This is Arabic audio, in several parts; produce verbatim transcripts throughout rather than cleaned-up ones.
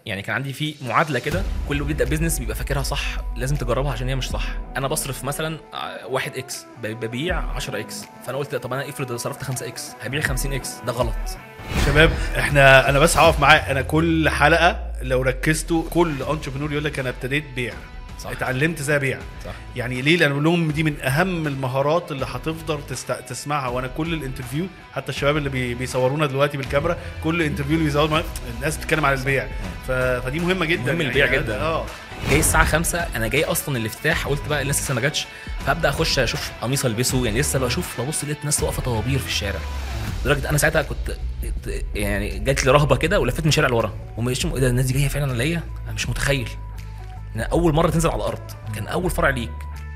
يعني كان عندي في معادله كده، كل بيبدا بيزنس بيبقى فاكرها صح لازم تجربها عشان هي مش صح. انا بصرف مثلا واحد اكس ببيع عشرة اكس، فانا قلت طب انا افرض صرفت خمسة اكس هبيع خمسين اكس، ده غلط. شباب احنا انا بس هقف معاه، انا كل حلقه لو ركزتوا كل انتربرنور يقول لك انا ابتديت بيع، صح. اتعلمت ازاي ابيع، صح. يعني ليه؟ لان لهم دي من اهم المهارات اللي هتفضل تست... تسمعها. وانا كل الانترفيو حتى الشباب اللي بي... بيصورونا دلوقتي بالكاميرا كل انترفيو اللي بيصوروا الناس بتتكلم على البيع، ف... فدي مهمه جدا. مهم البيع يعني جدا. اه جاي الساعه خمسة انا جاي اصلا الافتتاح، قلت بقى الناس لسه ما جاتش، فابدا اخش اشوف قميص البسه، يعني لسه بشوف ببص لقيت ناس واقفه طوابير في الشارع، لدرجه انا ساعتها كنت يعني جات لي رهبه كده ولفيت من الشارع لورا ومشيت. ايه ده الناس دي جايه فعلا عليا؟ انا مش متخيل ان اول مره تنزل على الارض، كان اول فرع ليك.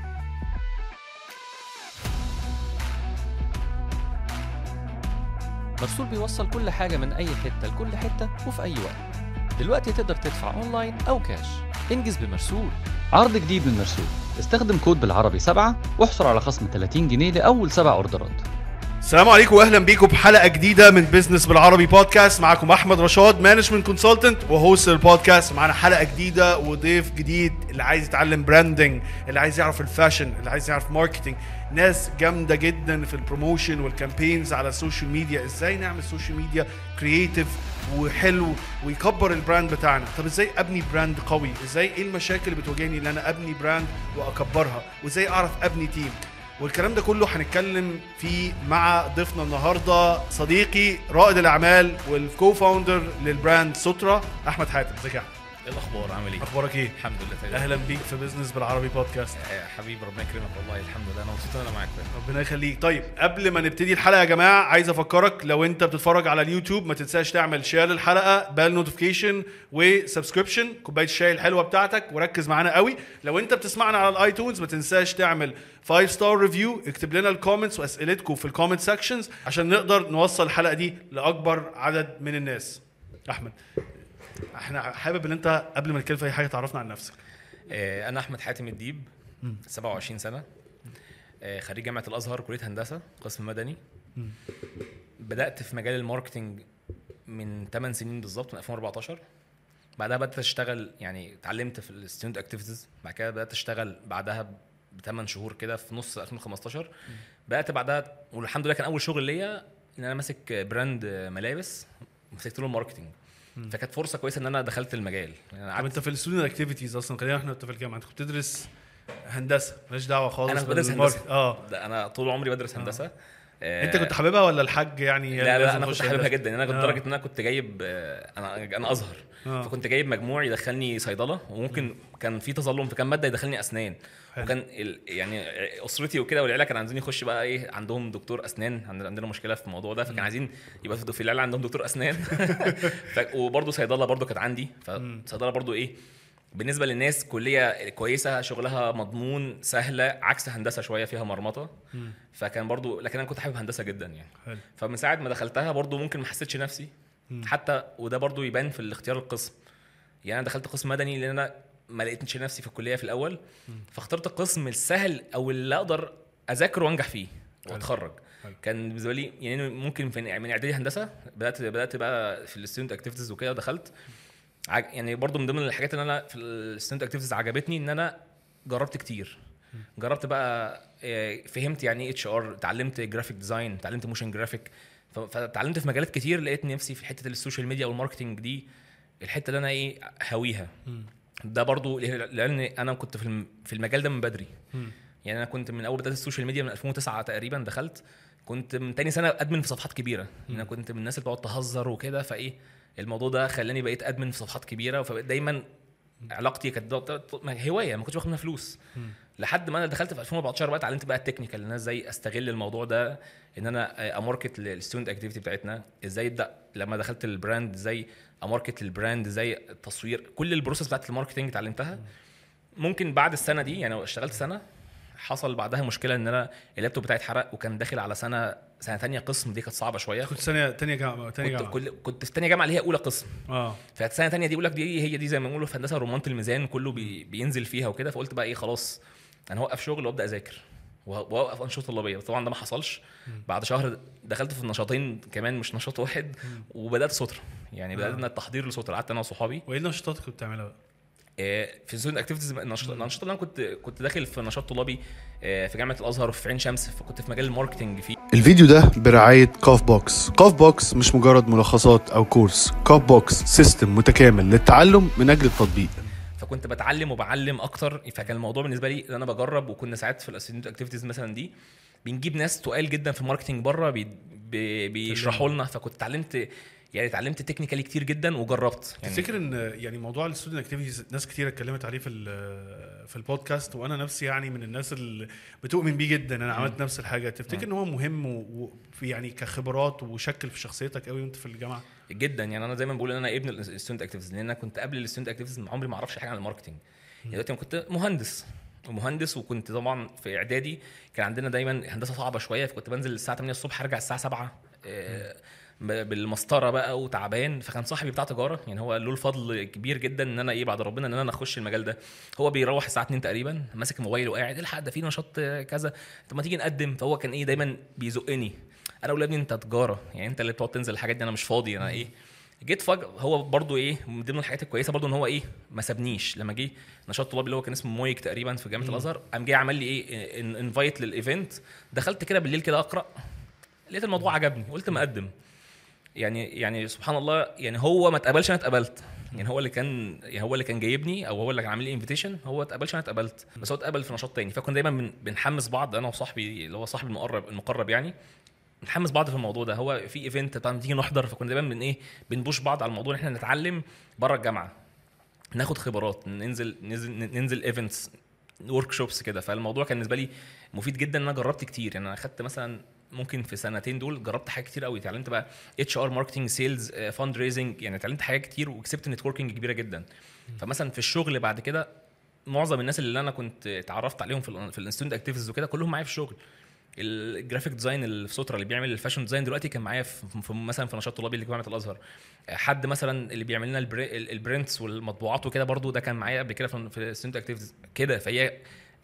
مرسول بيوصل كل حاجه من اي حته لكل حته وفي اي وقت. دلوقتي تقدر تدفع اونلاين او كاش. انجز بمرسول. عرض جديد من مرسول، استخدم كود بالعربي سبعة واحصل على خصم ثلاثين جنيه لاول سبع اوردرات. السلام عليكم واهلا بيكم بحلقه جديده من بيزنس بالعربي بودكاست. معاكم احمد رشاد مانجمنت كونسلتنت وهوست البودكاست. معانا حلقه جديده وضيف جديد، اللي عايز يتعلم براندنج، اللي عايز يعرف الفاشن، اللي عايز يعرف ماركتنج، ناس جامده جدا في البروموشن والكامبينز على السوشيال ميديا. ازاي نعمل سوشيال ميديا كرييتيف وحلو ويكبر البراند بتاعنا؟ طب ازاي ابني براند قوي؟ ازاي ايه المشاكل اللي بتواجهني ان انا ابني براند واكبرها؟ وازاي اعرف ابني تيم؟ والكلام ده كله هنتكلم فيه مع ضيفنا النهارده، صديقي رائد الاعمال والكو فاوندر للبراند سوترا، احمد حاتم. ازيك يا احمد؟ ايه الاخبار؟ عامل ايه؟ اخبارك ايه؟ الحمد لله تمام. اهلا بيك في بيزنس بالعربي بودكاست. يا حبيبي ربنا يكرمك، والله الحمد لله انا مبسوط ان انا معاك. ربنا يخليك. طيب قبل ما نبتدي الحلقه يا جماعه، عايز افكرك لو انت بتتفرج على اليوتيوب ما تنساش تعمل شير للحلقه، بال نوتيفيكيشن وسبسكريبشن، كوبايه الشاي الحلوه بتاعتك، وركز معانا قوي. لو انت بتسمعنا على الايتونز ما تنساش تعمل خمسة ستار ريفيو، اكتب لنا الكومنتس واسئلتكم في الكومنت سيكشنز عشان نقدر نوصل الحلقه دي لاكبر عدد من الناس. احمد، احنا حابب ان انت قبل ما نتكلم في اي حاجه تعرفنا عن نفسك. انا احمد حاتم الديب، سبعة وعشرين سنه، خريج جامعه الازهر كليه هندسه قسم مدني. بدات في مجال الماركتنج من ثمانية سنين بالظبط، من ألفين وأربعتاشر. بعدها بدات اشتغل، يعني اتعلمت في الستودنت اكتيفيتيز، بعد كده بدات اشتغل بعدها بثمان شهور كده في نص ألفين وخمستاشر. بدات بعدها والحمد لله كان اول شغل ليا ان انا ماسك براند ملابس، مسكت له الماركتنج، فكانت فرصه كويسه ان انا دخلت المجال. يعني طب انت في الستودنت اكتيفيتيز اصلا، خلينا احنا في الجامعه، انت كنت بتدرس هندسه؟ ماليش دعوه خالص. انا بدرس هندسه. اه ده انا طول عمري بدرس هندسه. آه. انت كنت حاببها ولا الحاج يعني؟ لا لا انا كنت حاببها جدا. انا كنت آه. لدرجه ان انا كنت جايب، انا انا ازهر، آه. فكنت جايب مجموع يدخلني صيدله، وممكن م. كان في تظلم في كام ماده يدخلني اسنان. حلو. وكان يعني اسرتي وكده والعيله كانوا عايزين يخش بقى ايه، عندهم دكتور اسنان، عندنا مشكله في الموضوع ده، فكان عايزين يبقى في العيله عندهم دكتور اسنان. وبرده صيدله برده كانت عندي، فصيدله برده ايه بالنسبه للناس كليه كويسه، شغلها مضمون سهله، عكس هندسه شويه فيها مرمطه. م. فكان برضو، لكن انا كنت حابب هندسه جدا يعني. حلو. فمن ساعه ما دخلتها برضو ممكن ما حسيتش نفسي. م. حتى وده برضو يبان في الاختيار القسم. يعني انا دخلت قسم مدني لان انا ما لقيتش نفسي في الكليه في الاول. م. فاخترت القسم السهل او اللي اقدر اذاكر وانجح فيه واتخرج. كان بالنسبه لي يعني ممكن من اعدادي هندسه بدات بدات بقى في الستودنت اكتيفيتيز وكده، ودخلت يعني برضو من ضمن الحاجات اللي انا في الستودنت اكتيفيتيز عجبتني ان انا جربت كتير. جربت بقى، فهمت يعني ايه اتش ار، اتعلمت جرافيك ديزاين، اتعلمت موشن جرافيك، فتعلمت في مجالات كتير. لقيت نفسي في حته السوشيال ميديا والماركتنج دي الحته اللي انا ايه هاويها. ده برضو لان انا كنت في في المجال ده من بدري. يعني انا كنت من اول بدايه السوشيال ميديا من ألفين وتسعة تقريبا دخلت، كنت من تاني سنه ادمن في صفحات كبيره. انا كنت من الناس اللي بتقعد تهزر وكده، فايه الموضوع ده خلاني بقيت ادمن في صفحات كبيره، فبقيت دايما علاقتي كانت هوايه، ما كنتش باخد منها فلوس. م. لحد ما انا دخلت في ألفين وأربعتاشر بقى اتعلمت بقى التكنيكال، ان انا ازاي استغل الموضوع ده، ان انا اماركت للستودنت اكتيفيتي بتاعتنا، ازاي ابدا لما دخلت البراند ازاي اماركت البراند، ازاي التصوير، كل البروسيس بتاعت الماركتنج اتعلمتها. ممكن بعد السنه دي يعني اشتغلت سنه، حصل بعدها مشكله ان انا اللابتوب بتاعي اتحرق، وكان داخل على سنه سنه ثانيه قسم، دي كانت صعبه شويه. كنت سنه ثانيه جامعه ثانيه جامعه كنت, كنت في ثانيه جامعه اللي هي اولى قسم. اه فالسنه الثانيه دي بقول لك دي هي دي زي ما بنقولوا في هندسه رمانه الميزان، كله بي بينزل فيها وكده. فقلت بقى ايه خلاص انا هوقف شغل وابدا اذاكر. واوقف انشطه طلابيه. طبعا ده ما حصلش. بعد شهر دخلت في النشاطين كمان مش نشاط واحد، وبدات سترة. يعني بدأنا التحضير لسترة. قعدت انا وصحابي. وايه النشاطات اللي كنت بتعملها بقى؟ في الستودنت اكتيفيتيز. النشاط اللي انا كنت كنت داخل في نشاط طلابي في جامعه الازهر وفي عين شمس، فكنت في مجال الماركتنج فيه. الفيديو ده برعايه كوف بوكس. كوف بوكس مش مجرد ملخصات او كورس، كوف بوكس سيستم متكامل للتعلم من اجل التطبيق. فكنت بتعلم وبعلم اكتر. فكان الموضوع بالنسبه لي ان انا بجرب. وكنا ساعات في الستودنت اكتيفيتيز مثلا دي بنجيب ناس تقال جدا في الماركتنج بره بي بي بيشرحوا لنا. فكنت اتعلمت يعني اتعلمت تكنيكالي كتير جدا وجربت. يعني تفتكر ان يعني موضوع الستودنت اكتيفيتيز ناس كتير اتكلمت عليه في في البودكاست، وانا نفسي يعني من الناس اللي بتؤمن بيه جدا. انا عملت نفس الحاجه. تفتكر ان هو مهم وفي يعني كخبرات وشكل في شخصيتك قوي وانت في الجامعه؟ جدا. يعني انا زي ما بقول ان انا ابن الستودنت اكتيفيتيز، لان انا كنت قبل الستودنت اكتيفيتيز عمري ما اعرفش حاجه عن الماركتنج. يعني دلوقتي كنت مهندس ومهندس وكنت طبعا في اعدادي كان عندنا دايما هندسه صعبه شويه، فكنت بنزل الساعه ثمانية الصبح ارجع الساعه سبعة بالمسطره بقى وتعبان. فكان صاحبي بتاع تجاره، يعني هو له الفضل كبير جدا ان انا ايه بعد ربنا ان انا اخش المجال ده. هو بيروح الساعه اتنين تقريبا ماسك موبايله وقاعد الحق ده في نشاط كذا، طب ما تيجي نقدم. فهو كان ايه دايما بيزقني. انا اقول له يا ابني انت تجاره، يعني انت اللي بتقعد تنزل الحاجات دي، انا مش فاضي. انا ايه جيت فجأة. هو برضو ايه من ضمن الحاجات الكويسه برضو ان هو ايه ما سابنيش. لما جه نشاط طلابي اللي هو كان اسمه مويك تقريبا في جامعه الازهر، قام جاي عمل لي ايه انفايت للايفنت. دخلت كده بالليل كده اقرا، لقيت الموضوع عجبني، قلت ما اقدم. يعني يعني سبحان الله، يعني هو ما اتقبلش انا اتقبلت. يعني هو اللي كان يعني هو اللي كان جايبني او هو اللي كان عامل لي انفيتيشن، هو اتقبلش انا اتقبلت. بس هو اتقبل في نشاط تاني. فكنا دايما بنحمس بعض انا وصاحبي اللي هو صاحبي المقرب المقرب يعني نحمس بعض في الموضوع ده. هو في ايفنت طبعا تيجي نحضر، فكنا دايما من ايه بنبوش بعض على الموضوع ان احنا نتعلم بره الجامعه، ناخد خبرات، ننزل ننزل ننزل ايفنتس ورك شوبس كده. فالموضوع كان بالنسبه لي مفيد جدا. انا جربت كتير. يعني انا اخدت مثلا ممكن في سنتين دول جربت حاجات كتير قوي. اتعلمت بقى اتش ار، ماركتنج، سيلز، فاند ريزنج. يعني اتعلمت حاجات كتير وكسبت نتوركينج كبيره جدا. فمثلا في الشغل بعد كده معظم الناس اللي انا كنت اتعرفت عليهم في في الستودنت اكتيفيتيز وكده كلهم معايا في الشغل. الجرافيك ديزاين اللي في سترة اللي بيعمل الفاشن ديزاين دلوقتي كان معايا في مثلا في نشاط طلابي اللي في جامعه الازهر. حد مثلا اللي بيعمل لنا البرنتس والمطبوعات وكده برضو ده كان معايا قبل كده في الستودنت اكتيفيتيز كده. فهي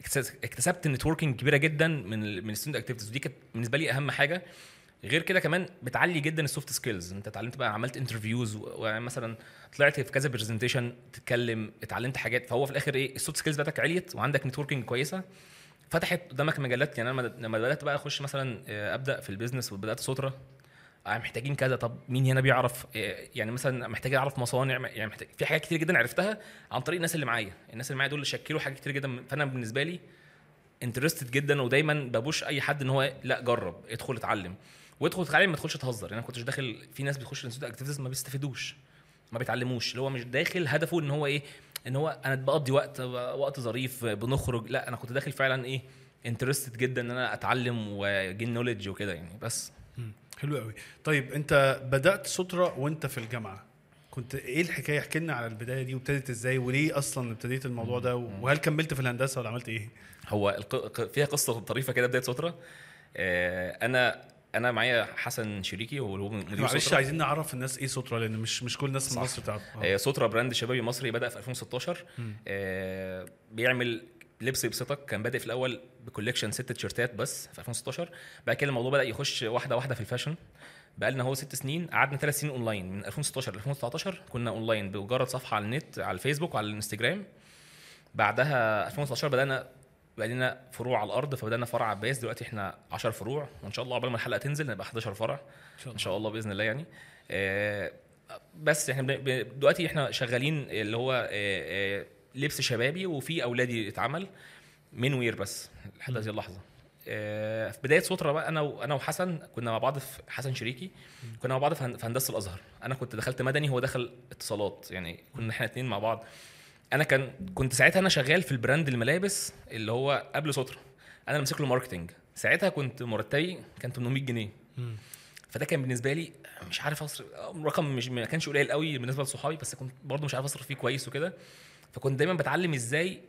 اكتسبت نتوركينج كبيره جدا من من الستودنت اكتيفيتيز، ودي كانت بالنسبه لي اهم حاجه. غير كده كمان بتعلي جدا السوفت سكيلز. انت اتعلمت بقى، عملت انترفيوز ومثلا طلعت في كذا برزنتيشن تتكلم، اتعلمت حاجات. فهو في الاخر ايه السوفت سكيلز بتاعتك عليت وعندك نتوركينج كويسه، فتحت قدامك مجالات. يعني انا لما بدات بقى اخش مثلا ابدا في البيزنس وبدات سترة، محتاجين كذا، طب مين هنا بيعرف، يعني مثلا محتاج اعرف مصانع، يعني محتاج في حاجات كتير جدا عرفتها عن طريق الناس اللي معايا. الناس اللي معايا دول اللي شكلوا حاجات كتير جدا. فانا بالنسبه لي انترستد جدا، ودايما ببوش اي حد ان هو لا جرب، ادخل اتعلم وادخل اتعلم، ما تدخلش تهزر. يعني انا كنتش داخل في ناس بتخش الانستيتيوت اكتيفيتيز ما بيستفيدوش ما بيتعلموش، اللي هو مش داخل هدفه ان هو ايه ان هو انا بقضي وقت وقت ظريف بنخرج. لا انا كنت داخل فعلا ايه انترستد جدا ان انا اتعلم واجين نوليدج وكده يعني. بس حلو قوي. طيب انت بدات سترة وانت في الجامعه، كنت ايه الحكايه؟ احكي لنا على البدايه دي وابتدت ازاي وليه اصلا ابتديت الموضوع ده، وهل كملت في الهندسه ولا عملت ايه؟ هو الق... فيها قصه طريفه كده بدايه سترة. آه انا انا معايا حسن شريكي وهو مدير معلش سترة. عايزين نعرف الناس ايه سترة لان مش مش كل الناس في مصر تعرف. آه سترة براند شبابي مصري بدا في ألفين وستاشر. آه بيعمل لبس يبسطك. كان بادئ في الاول بكولكشن ست تيشيرتات بس في ألفين وستاشر. بعد كده الموضوع بدا يخش واحده واحده في الفاشن. بقى لنا هو ست سنين. قعدنا ثلاث سنين اونلاين من ألفين وستاشر ل ألفين وتسعتاشر كنا اونلاين بمجرد صفحه على النت على الفيسبوك وعلى الانستجرام. بعدها ألفين وتسعتاشر بدانا بقى لنا فروع على الارض، فبدانا فرع عباس. دلوقتي احنا عشر فروع، وان شاء الله قبل ما الحلقه تنزل نبقى حداشر فرع ان شاء الله باذن الله يعني. آه بس احنا دلوقتي احنا شغالين اللي هو آه آه لبس شبابي وفي اولادي اتعمل من وير بس لحد هذه اللحظه. آه في بدايه سترة بقى انا وانا وحسن كنا مع بعض في حسن شريكي كنا مع بعض في هندسه الازهر. انا كنت دخلت مدني، هو دخل اتصالات، يعني كنا احنا الاثنين مع بعض. انا كان كنت ساعتها انا شغال في البراند الملابس اللي هو قبل سترة، انا اللي ماسك له ماركتنج. ساعتها كنت مرتبي كان ثمانمية جنيه. فده كان بالنسبه لي مش عارف اصرف رقم، مش ما كانش قليل قوي بالنسبه لصحابي، بس كنت برضو مش عارف اصرف فيه كويس وكده. فكنت دايما بتعلم ازاي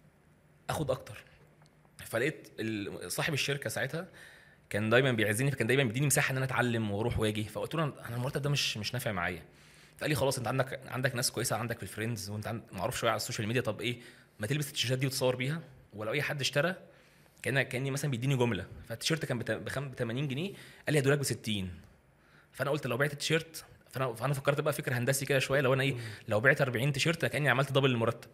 اخد اكتر. فلقيت صاحب الشركه ساعتها كان دايما بيعزني، فكان دايما بيديني مساحه ان انا اتعلم واروح واجي. فقلت له انا المرتب ده مش مش نافع معايا. فقال لي خلاص انت عندك عندك ناس كويسه عندك في الفريندز، وانت معروف شويه على السوشيال ميديا، طب ايه ما تلبس التيشيرتات دي وتصور بيها، ولو اي حد اشترى كان كاني مثلا بيديني جمله، فالتيشيرت كان ب ثمانين جنيه، قال لي هدولك ب ستين. فانا قلت لو بعت التيشيرت، فانا فانا فكرت بقى فكره هندسي كده شويه، لو انا ايه لو بعت أربعين تيشيرت كاني عملت دبل المرتب.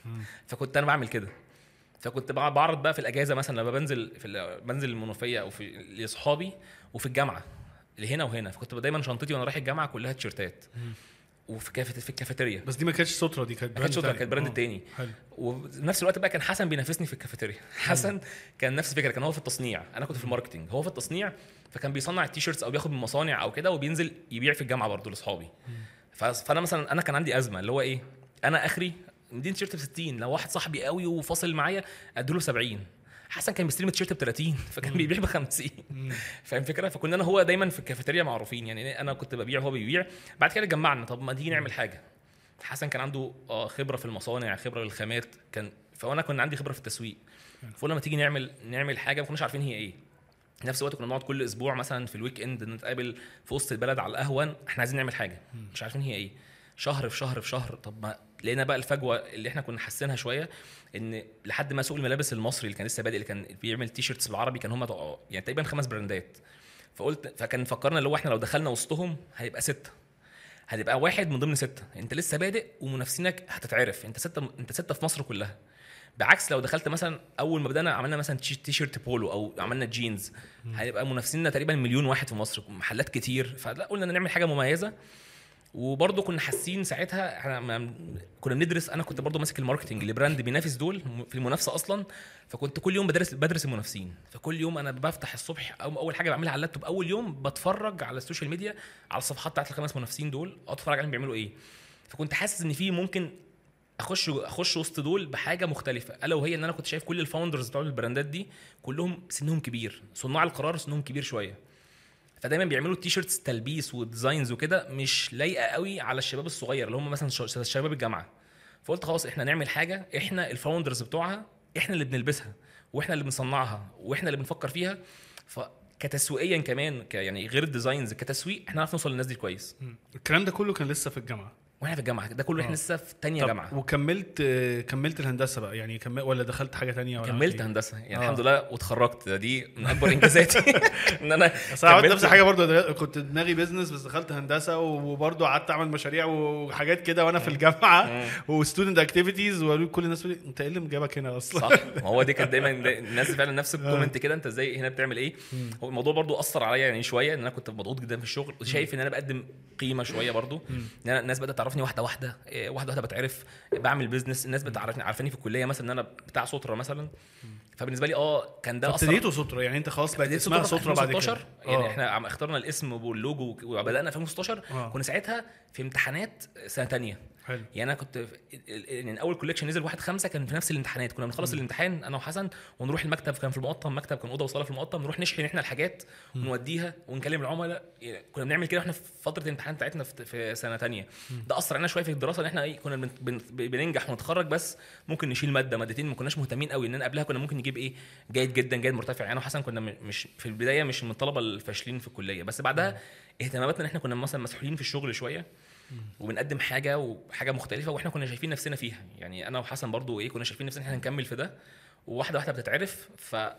فكنت انا بعمل كده، فكنت بعرض بقى في الاجازه مثلا لما بنزل في بنزل المنوفيه او في لاصحابي وفي الجامعه اللي هنا وهنا، فكنت دايما شنطتي وانا رايح الجامعه كلها تيشيرتات. وفي كافه في الكافيتيريا، بس دي ما كانتش سترة، دي كانت براند تاني، كانت براند تاني. وفي نفس الوقت بقى كان حسن بينافسني في الكافيتيريا. حسن كان نفس الفكره، كان هو في التصنيع، انا كنت في الماركتنج، هو في التصنيع، فكان بيصنع التيشيرتس او بياخد من مصانع او كده وبينزل يبيع في الجامعه برضو لاصحابي. فانا مثلا انا كان عندي ازمه اللي هو ايه، انا اخري مدين تيشيرت ب ستين، لو واحد صاحبي قوي وفاصل معايا اديله سبعين. حسن كان بيستلم التيشيرت ب ثلاثين، فكان بيبيع ب خمسين. فاهم فكره؟ فكنا انا هو دايما في الكافيتيريا معروفين، يعني انا كنت ببيع وهو بيبيع. بعد كده اتجمعنا، طب ما تيجي نعمل حاجه. حسن كان عنده اه خبره في المصانع، خبره للخامات، كان فانا كنا عندي خبره في التسويق. فقلنا ما تيجي نعمل نعمل حاجه ما كناش عارفين هي ايه. نفس الوقت كنا بنقعد كل اسبوع مثلا في الويك اند نتقابل في وسط البلد على القهوه، احنا عايزين نعمل حاجه مش عارفين هي ايه. شهر في شهر في شهر، طب ما لقينا بقى الفجوه اللي احنا كنا حاسينها شويه، ان لحد ما سوق الملابس المصري اللي كان لسه بادئ، اللي كان بيعمل تي شيرتس بالعربي، كان هم يعني تقريبا خمس براندات. فقلت فكان فكرنا اللي هو احنا لو دخلنا وسطهم هيبقى ستة، هتبقى واحد من ضمن ستة. انت لسه بادئ ومنافسينك هتتعرف، انت ستة انت ستة في مصر كلها. بعكس لو دخلت مثلا اول ما بدانا عملنا مثلا تي شيرت بولو او عملنا جينز، هيبقى منافسيننا تقريبا مليون واحد في مصر، محلات كتير. فلا قلنا نعمل حاجه مميزه. وبرضه كنا حاسين ساعتها احنا كنا بندرس، انا كنت برضه ماسك الماركتنج لبراند بينافس دول في المنافسه اصلا. فكنت كل يوم بدرس بدرس المنافسين. فكل يوم انا بفتح الصبح او اول حاجه بعملها على اللابتوب اول يوم بتفرج على السوشيال ميديا على الصفحات بتاعت الخمس منافسين دول، اتفرج عليهم بيعملوا ايه. فكنت حاسس ان في ممكن اخش اخش وسط دول بحاجه مختلفه، الا وهي ان انا كنت شايف كل الفاوندرز بتوع البراندات دي كلهم سنهم كبير، صناع القرار سنهم كبير شويه. فدايما بيعملوا التيشيرتس تلبيس وديزاينز وكده مش لايقه قوي على الشباب الصغير اللي هم مثلا شباب الجامعه. فقلت خلاص احنا نعمل حاجه احنا الفاوندرز بتوعها، احنا اللي بنلبسها واحنا اللي بنصنعها واحنا اللي بنفكر فيها. فكتسويقيا كمان ك يعني غير الديزاينز، كتسويق احنا نعرف نوصل للناس دي كويس. الكلام ده كله كان لسه في الجامعه واحنا في الجامعه، ده كله احنا لسه في تانية جامعه. وكملت كملت الهندسه بقى يعني كمل ولا دخلت حاجه تانية ولا كملت إيه؟ هندسه يعني آه. الحمد لله واتخرجت، دي من اكبر انجازاتي. ان انا عملت نفس الحاجه برضو، كنت دماغي بيزنس بس دخلت هندسه، وبرضو قعدت اعمل مشاريع وحاجات كده وانا في الجامعه وستودنت اكتيفيتيز، وقالوا كل الناس بيقولوا انت ايه اللي مجابك هنا اصلا؟ صح، ما هو دي كانت دايما الناس فعلا نفس الكومنت كده، انت ازاي هنا بتعمل ايه. هو الموضوع برضو اثر عليا يعني شويه، ان انا كنت مضغوط جدا في الشغل وشايف ان انا بقدم قيمه شويه برضو، ان انا الناس بدات تعرفني واحده واحده واحده واحده بتعرف بعمل بيزنس. الناس بتعرفني عارفاني في الكليه مثلا ان انا بتاع سطره مثلا. فبالنسبه لي اه كان ده اصلا ابتديتوا سطره يعني انت خلاص بقيت اسمها سطره بعد كده يعني احنا عم اخترنا الاسم واللوجو وبدانا في ألفين وستاشر. آه. كنا ساعتها في امتحانات سنه تانية. حلو. يعني انا كنت يعني اول كوليكشن نزل واحد خمسة كان في نفس الامتحانات، كنا بنخلص الامتحان انا وحسن ونروح المكتب، كان في المقطم مكتب كان اوضه وصاله في المقطم، نروح نشحن احنا الحاجات ونوديها ونكلم العملاء. يعني كنا بنعمل كده احنا في فتره الامتحان بتاعتنا في سنه تانية. ده اثر علينا شويه في الدراسه، ان احنا ايه كنا بن بن بننجح ونتخرج بس ممكن نشيل ماده مادتين، ما كناش مهتمين قوي. ان انا قبلها كنا ممكن نجيب ايه جيد جدا جيد مرتفع. يعني انا وحسن كنا مش في البدايه مش من الطلبه الفاشلين في الكليه، بس بعدها اهتماماتنا ان احنا كنا مثلا مسؤولين في الشغل شويه وبنقدم حاجه وحاجه مختلفه واحنا كنا شايفين نفسنا فيها. يعني انا وحسن برضو ايه كنا شايفين نفسنا احنا هنكمل في ده، وواحده واحده بتتعرف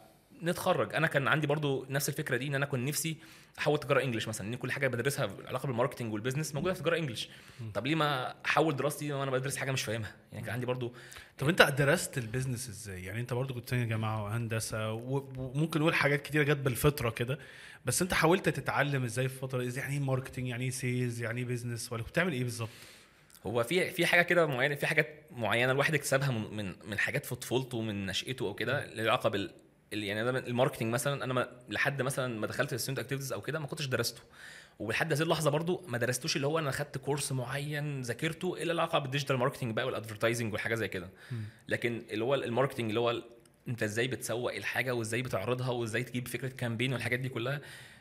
فنتخرج. انا كان عندي برضو نفس الفكره دي، ان انا كنت نفسي احول تجاره انجلش مثلا، ان كل حاجه بدرسها علاقه بالماركتنج والبيزنس موجوده في تجاره انجلش. طب ليه ما احول دراستي وانا بدرس حاجه مش فاهمها؟ يعني كان عندي برضو. طب انت درست البيزنس ازاي؟ يعني انت برضو كنت ثانيه جامعه وهندسه وممكن نقول حاجات كتيره جت بالفطره كده، بس انت حاولت تتعلم ازاي في فتره ازاي يعني ايه ماركتنج، يعني ايه سيلز، يعني ايه بيزنس، ولا كنت بتعمل ايه بالظبط؟ هو في في حاجه كده معينه، في حاجات معينه الواحد اكتسبها من من, من حاجات في طفولته من نشأته او كده لها علاقه بال يعني الماركتنج مثلا. انا ما لحد مثلا ما دخلت الستودنت اكتيفيتيز او كده ما كنتش درسته، ولحد هذه اللحظه برضو ما درستوش اللي هو انا خدت كورس معين ذاكرته الا العلاقه بالديجيتال ماركتنج بقى والادفيرتايزنج والحاجات زي كده. لكن اللي هو الماركتنج اللي هو انت ازاي بتسوق الحاجه وازاي بتعرضها وازاي تجيب فكره كامبين والحاجات دي كلها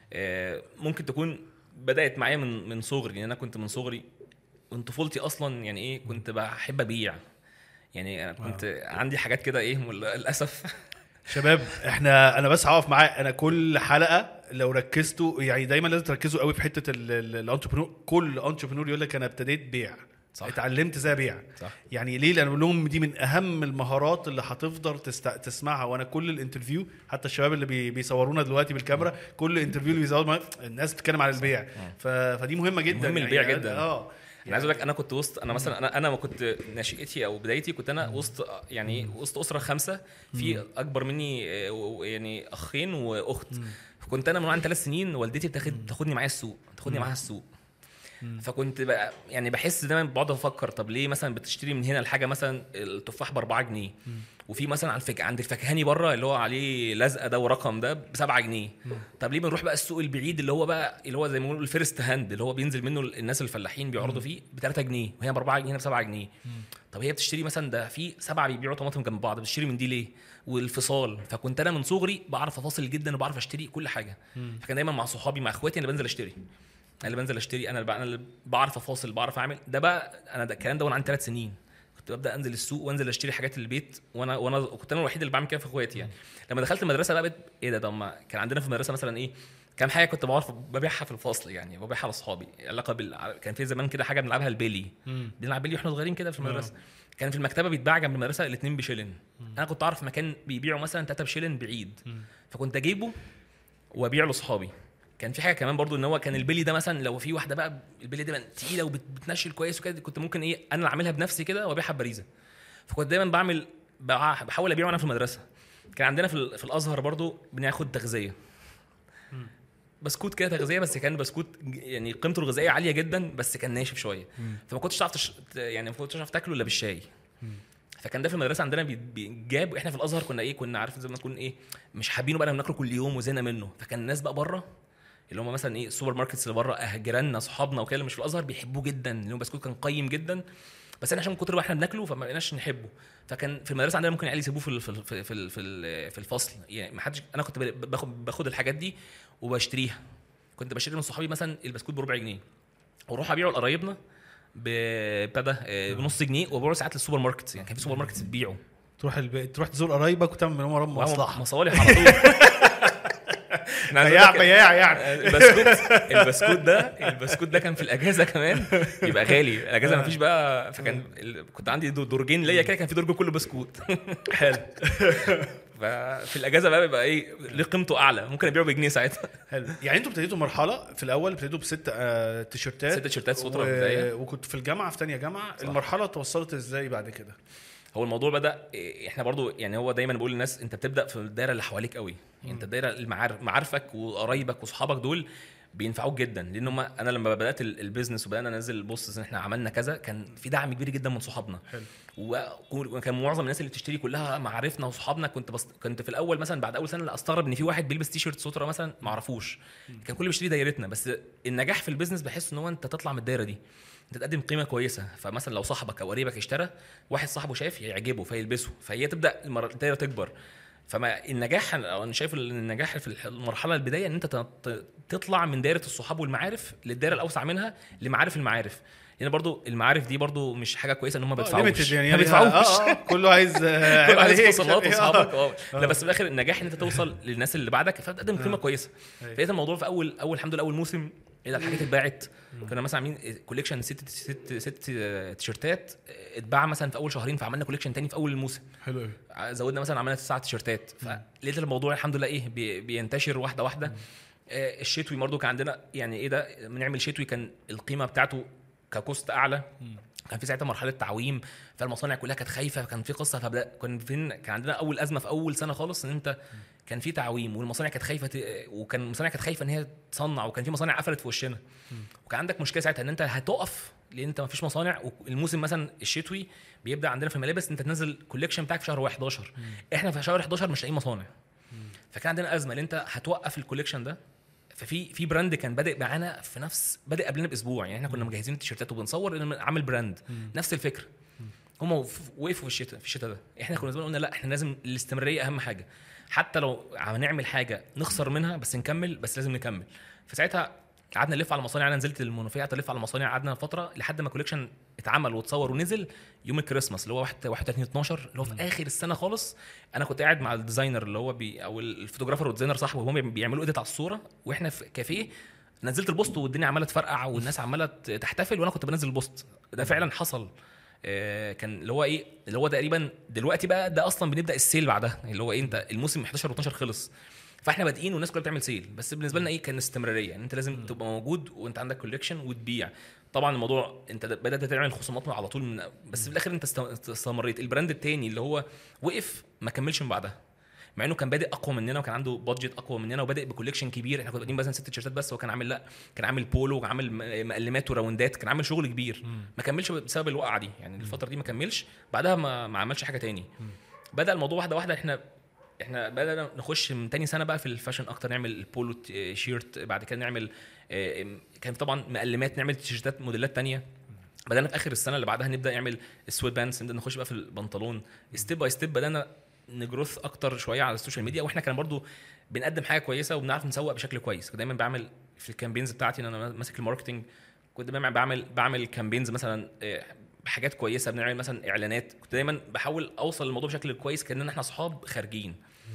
ممكن تكون بدات معايا من من صغري. يعني انا كنت من صغري من طفولتي اصلا يعني ايه كنت بحب ابيع. يعني انا كنت آه. عندي حاجات كده ايه للاسف. شباب احنا انا بس هقف معاه، انا كل حلقه لو ركزتوا يعني دايما لازم تركزوا قوي في حته الانتربرنور. كل انتربرنور يقول لك انا ابتديت بيع، اتعلمت ازاي ابيع. صح. يعني ليه؟ لان بقول لهم دي من اهم المهارات اللي هتفضل تست... تسمعها. وانا كل الانترفيو حتى الشباب اللي بي... بيصورونا دلوقتي بالكاميرا كل انترفيو اللي بيصوروا الناس بتتكلم عن البيع. ف... فدي مهمه جدا. مهم البيع يعني جدا. اه يعني عايز اقول لك انا كنت وسط انا مثلا انا انا ما كنت ناشئتي او بدايتي كنت انا وسط يعني وسط اسره خمسه في اكبر مني يعني اخين واخت. كنت انا من عندي ثلاث سنين والدتي بتاخد تاخدني معايا السوق تاخدني معاها السوق. فكنت بقى يعني بحس دايما بقعد افكر طب ليه مثلا بتشتري من هنا الحاجه مثلا التفاح ب أربعة جنيه وفي مثلا على الفك... عند الفكهاني بره اللي هو عليه لزقه ده ورقم ده ب سبعة جنيه. طب ليه بنروح بقى السوق البعيد اللي هو بقى اللي هو زي ما بيقولوا الفيرست هاند اللي هو بينزل منه الناس الفلاحين بيعرضوا فيه ب ثلاثة جنيه وهي ب أربعة جنيه هنا ب سبعة جنيه. طب هي بتشتري مثلا ده في سبعه بيبيعوا طماطم جنب بعض بتشتري من دي ليه؟ والفصال. فكنت انا من صغري بعرف افاصل جدا وبعرف اشتري كل حاجه. فكان دايما مع صحابي مع اخواتي انا بنزل اشتري انا اللي بنزل اشتري انا اللي, انا اللي بعرف افاصل بعرف اعمل ده بقى. انا ده الكلام ده وانا عندي ثلاث سنين كنت ببدا انزل السوق وانزل اشتري حاجات للبيت وانا وانا كنت انا الوحيد اللي بعمل كده في اخواتي. يعني لما دخلت المدرسه بقى بقيت ايه ده؟ طب كان عندنا في المدرسه مثلا ايه كام حاجه كنت بعرف ببيعها في الفصل يعني ببيعها لاصحابي علاقه بال... كان في زمان كده حاجه بنلعبها البيلي بنلعب بيلي واحنا صغيرين كده في المدرسه. كان في المكتبه بيتباع جنب المدرسه الاثنين بشيلن. انا كنت اعرف مكان بيبيعوا مثلا ثلاثة بشيلن بعيد فكنت اجيبه وابيع لاصحابي. كان في حاجه كمان برضو ان هو كان البيلي ده مثلا لو في واحده بقى البيلي دي تقيله وبتنشل كويس وكده كنت ممكن ايه انا اللي اعملها بنفسي كده وابيعها ببريزه. فكنت دايما بعمل بحاول ابيعه انا في المدرسه. كان عندنا في, في الازهر برضو بناخد تغذيه بسكوت كده تغذيه بس كان بسكوت يعني قيمته الغذائيه عاليه جدا بس كان ناشف شويه فما كنتش تعرف تش... يعني ما كنتش تعرف تاكله الا بالشاي. فكان ده في المدرسه عندنا بيجاب. احنا في الازهر كنا ايه كنا عارف زي ما نكون ايه مش حابينه بقى ناكله كل يوم وزينا منه. فكان الناس بقى بره اللي هم مثلا ايه السوبر ماركتس اللي بره جيراننا اصحابنا وكده مش في الازهر بيحبوه جدا لانه بسكوت كان قيم جدا بس احنا عشان من كتر ما احنا بناكله فما بقيناش نحبه. فكان في المدرسه عندنا ممكن عيال يسيبوه في في في في, في الفصل يعني ما حدش. انا كنت باخد باخد الحاجات دي وبشتريها. كنت بشتري من صحابي مثلا البسكوت بربع جنيه واروح ابيعه لقرايبنا بابتدى بنص جنيه وبروح ساعات للسوبر ماركت. يعني كان في سوبر ماركت بتبيعه تروح البيت تروح تزور قرايبك وتعمل منهم مرام مصلحه مصالح على طول. بياع بياع يعني البسكوت البسكوت ده البسكوت ده كان في الاجازه كمان يبقى غالي. الاجازه ما فيش بقى فكان كنت عندي درجين ليا كده كان في درج كله بسكوت حلو. ففي الاجازه بقى بيبقى ايه ليه قيمته اعلى ممكن ابيعه بجنيه ساعتها. حلو. يعني انتوا ابتديتوا مرحله في الاول ابتديتوا بست آه تيشرتات ست تيشرتات فتره و... بدايه وكنت في الجامعه في ثانيه جامعه. صح. المرحله توصلت ازاي بعد كده؟ هو الموضوع بدا احنا برضو يعني هو دايما بقول للناس انت بتبدا في الدايره اللي حواليك قوي. يعني انت الدايره المعارف معارفك وقرايبك واصحابك دول بينفعوك جدا لان هم انا لما بدات البيزنس وبدانا ننزل بوست ان احنا عملنا كذا كان في دعم كبير جدا من صحابنا. وكان معظم الناس اللي بتشتري كلها معارفنا وصحابنا. كنت بس كنت في الاول مثلا بعد اول سنه استغرب ان في واحد بيلبس تي شيرت سوترا مثلا ما اعرفوش. كان كل بيشتري دايرتنا. بس النجاح في البيزنس بحس ان هو انت تطلع من الدايره دي انت تقدم قيمه كويسه. فمثلا لو صاحبك او قريبك اشترى واحد صاحبه شاف يعجبه فيلبسه فهي تبدا الدايره تكبر. فما النجاح انا شايف النجاح في المرحله البدايه ان انت تطلع من دايره الصحاب والمعارف للدايره الاوسع منها لمعارف المعارف. لان برضو المعارف دي برضو مش حاجه كويسه ان هم بيدفعوش يعني ما بيدفعوش اه كله عايز كله عايز وصلات واصحابك اه لا بس في الاخر النجاح ان انت توصل للناس اللي بعدك فتقدم قيمه كويسه. فلقيت الموضوع في اول اول الحمد لله اول موسم اذا الحاجات اتباعت كنا مثلا عاملين كوليكشن ست ست ست تيشرتات اتباع مثلا في اول شهرين فعملنا كوليكشن تاني في اول الموسم حلو قوي زودنا مثلا عملنا تسعة تيشرتات. فلقيت الموضوع الحمد لله ايه بينتشر واحده واحده. الشتوي برضو كان عندنا يعني ايه ده بنعمل شتوي كان القيمه بتاعته ككوست اعلى. كان في ساعتها مرحله تعويم فالمصانع كلها كانت خايفه كان في قصه فبدا كان فين كان عندنا اول ازمه في اول سنه خالص ان انت كان في تعويم والمصانع كانت خايفه وكان المصانع كانت خايفه ان هي تصنع وكان في مصانع قفلت في وشنا. وكان عندك مشكله ساعتها ان انت هتقف لان انت ما فيش مصانع. والموسم مثلا الشتوي بيبدا عندنا في الملابس انت تنزل كوليكشن بتاعك في شهر حداشر احنا في شهر حداشر مش لاقيين مصانع. فكان عندنا ازمه ان انت هتوقف الكوليكشن ده. ففي في براند كان بادئ معانا في نفس بادئ قبلنا باسبوع يعني احنا كنا مجهزين التيشيرتات وبنصور ان عامل براند نفس الفكره. هم وقفوا في الشتاء في الشتاء ده احنا كنا قلنا لا احنا لازم الاستمراريه اهم حاجه حتى لو هنعمل حاجه نخسر منها بس نكمل بس لازم نكمل. فساعتها قعدنا نلف على المصانع. انا نزلت المنوفيه قعدت الف على المصانع قعدنا فتره لحد ما كوليكشن اتعمل وتصور ونزل يوم الكريسماس اللي هو واحد وثلاثين اتناشر اللي هو في اخر السنه خالص. انا كنت قاعد مع الديزاينر اللي هو بي او الفوتوغرافر والديزاينر صاحبه وهم بيعملوا ايديت على الصوره واحنا في كافيه نزلت البوست والدنيا عماله تفرقع والناس عماله تحتفل وانا كنت بنزل البوست. ده فعلا حصل. كان اللي هو ايه اللي هو تقريبا دلوقتي بقى ده اصلا بنبدا السيل بعدها اللي هو ايه انت الموسم احداشر و12 خلص فاحنا بادئين والناس كلها بتعمل سيل. بس بالنسبه لنا ايه كان استمراريه يعني انت لازم تبقى موجود وانت عندك كولكشن وتبيع. طبعا الموضوع انت بدات تعمل خصومات على طول من بس في الاخر انت استمريت. البراند التاني اللي هو وقف ما كملش من بعدها مع انه كان بادئ اقوى مننا وكان عنده بادجت اقوى مننا وبادئ بكولكشن كبير. احنا كنا بادئين مثلا ست تيشيرتات بس وكان عامل لا كان عامل بولو وعامل مقلمات وراوندات كان عامل شغل كبير. ما كملش بسبب الوقعه دي يعني الفتره دي ما كملش بعدها ما, ما عملش حاجه تاني. بدا الموضوع واحده واحده. احنا احنا بدأنا نخش من تاني سنه بقى في الفاشن اكتر نعمل البولو شيرت بعد كده نعمل كان طبعا مقلمات نعمل تيشيرتات موديلات تانية. بدأنا في اخر السنه اللي بعدها نبدا نعمل السويت بانس نبدا نخش بقى في البنطلون ستيب باي ستيب. بدأنا نجروث اكتر شويه على السوشيال ميديا واحنا كان برضو بنقدم حاجه كويسه وبنعرف نسوق بشكل كويس. كنت دايما بعمل في الكامبينز بتاعتي انا ماسك الماركتنج كنت دايما بعمل بعمل كامبينز مثلا حاجات كويسه بنعمل مثلا اعلانات. كنت دايما بحاول اوصل الموضوع بشكل كويس كاننا احنا اصحاب خارجين.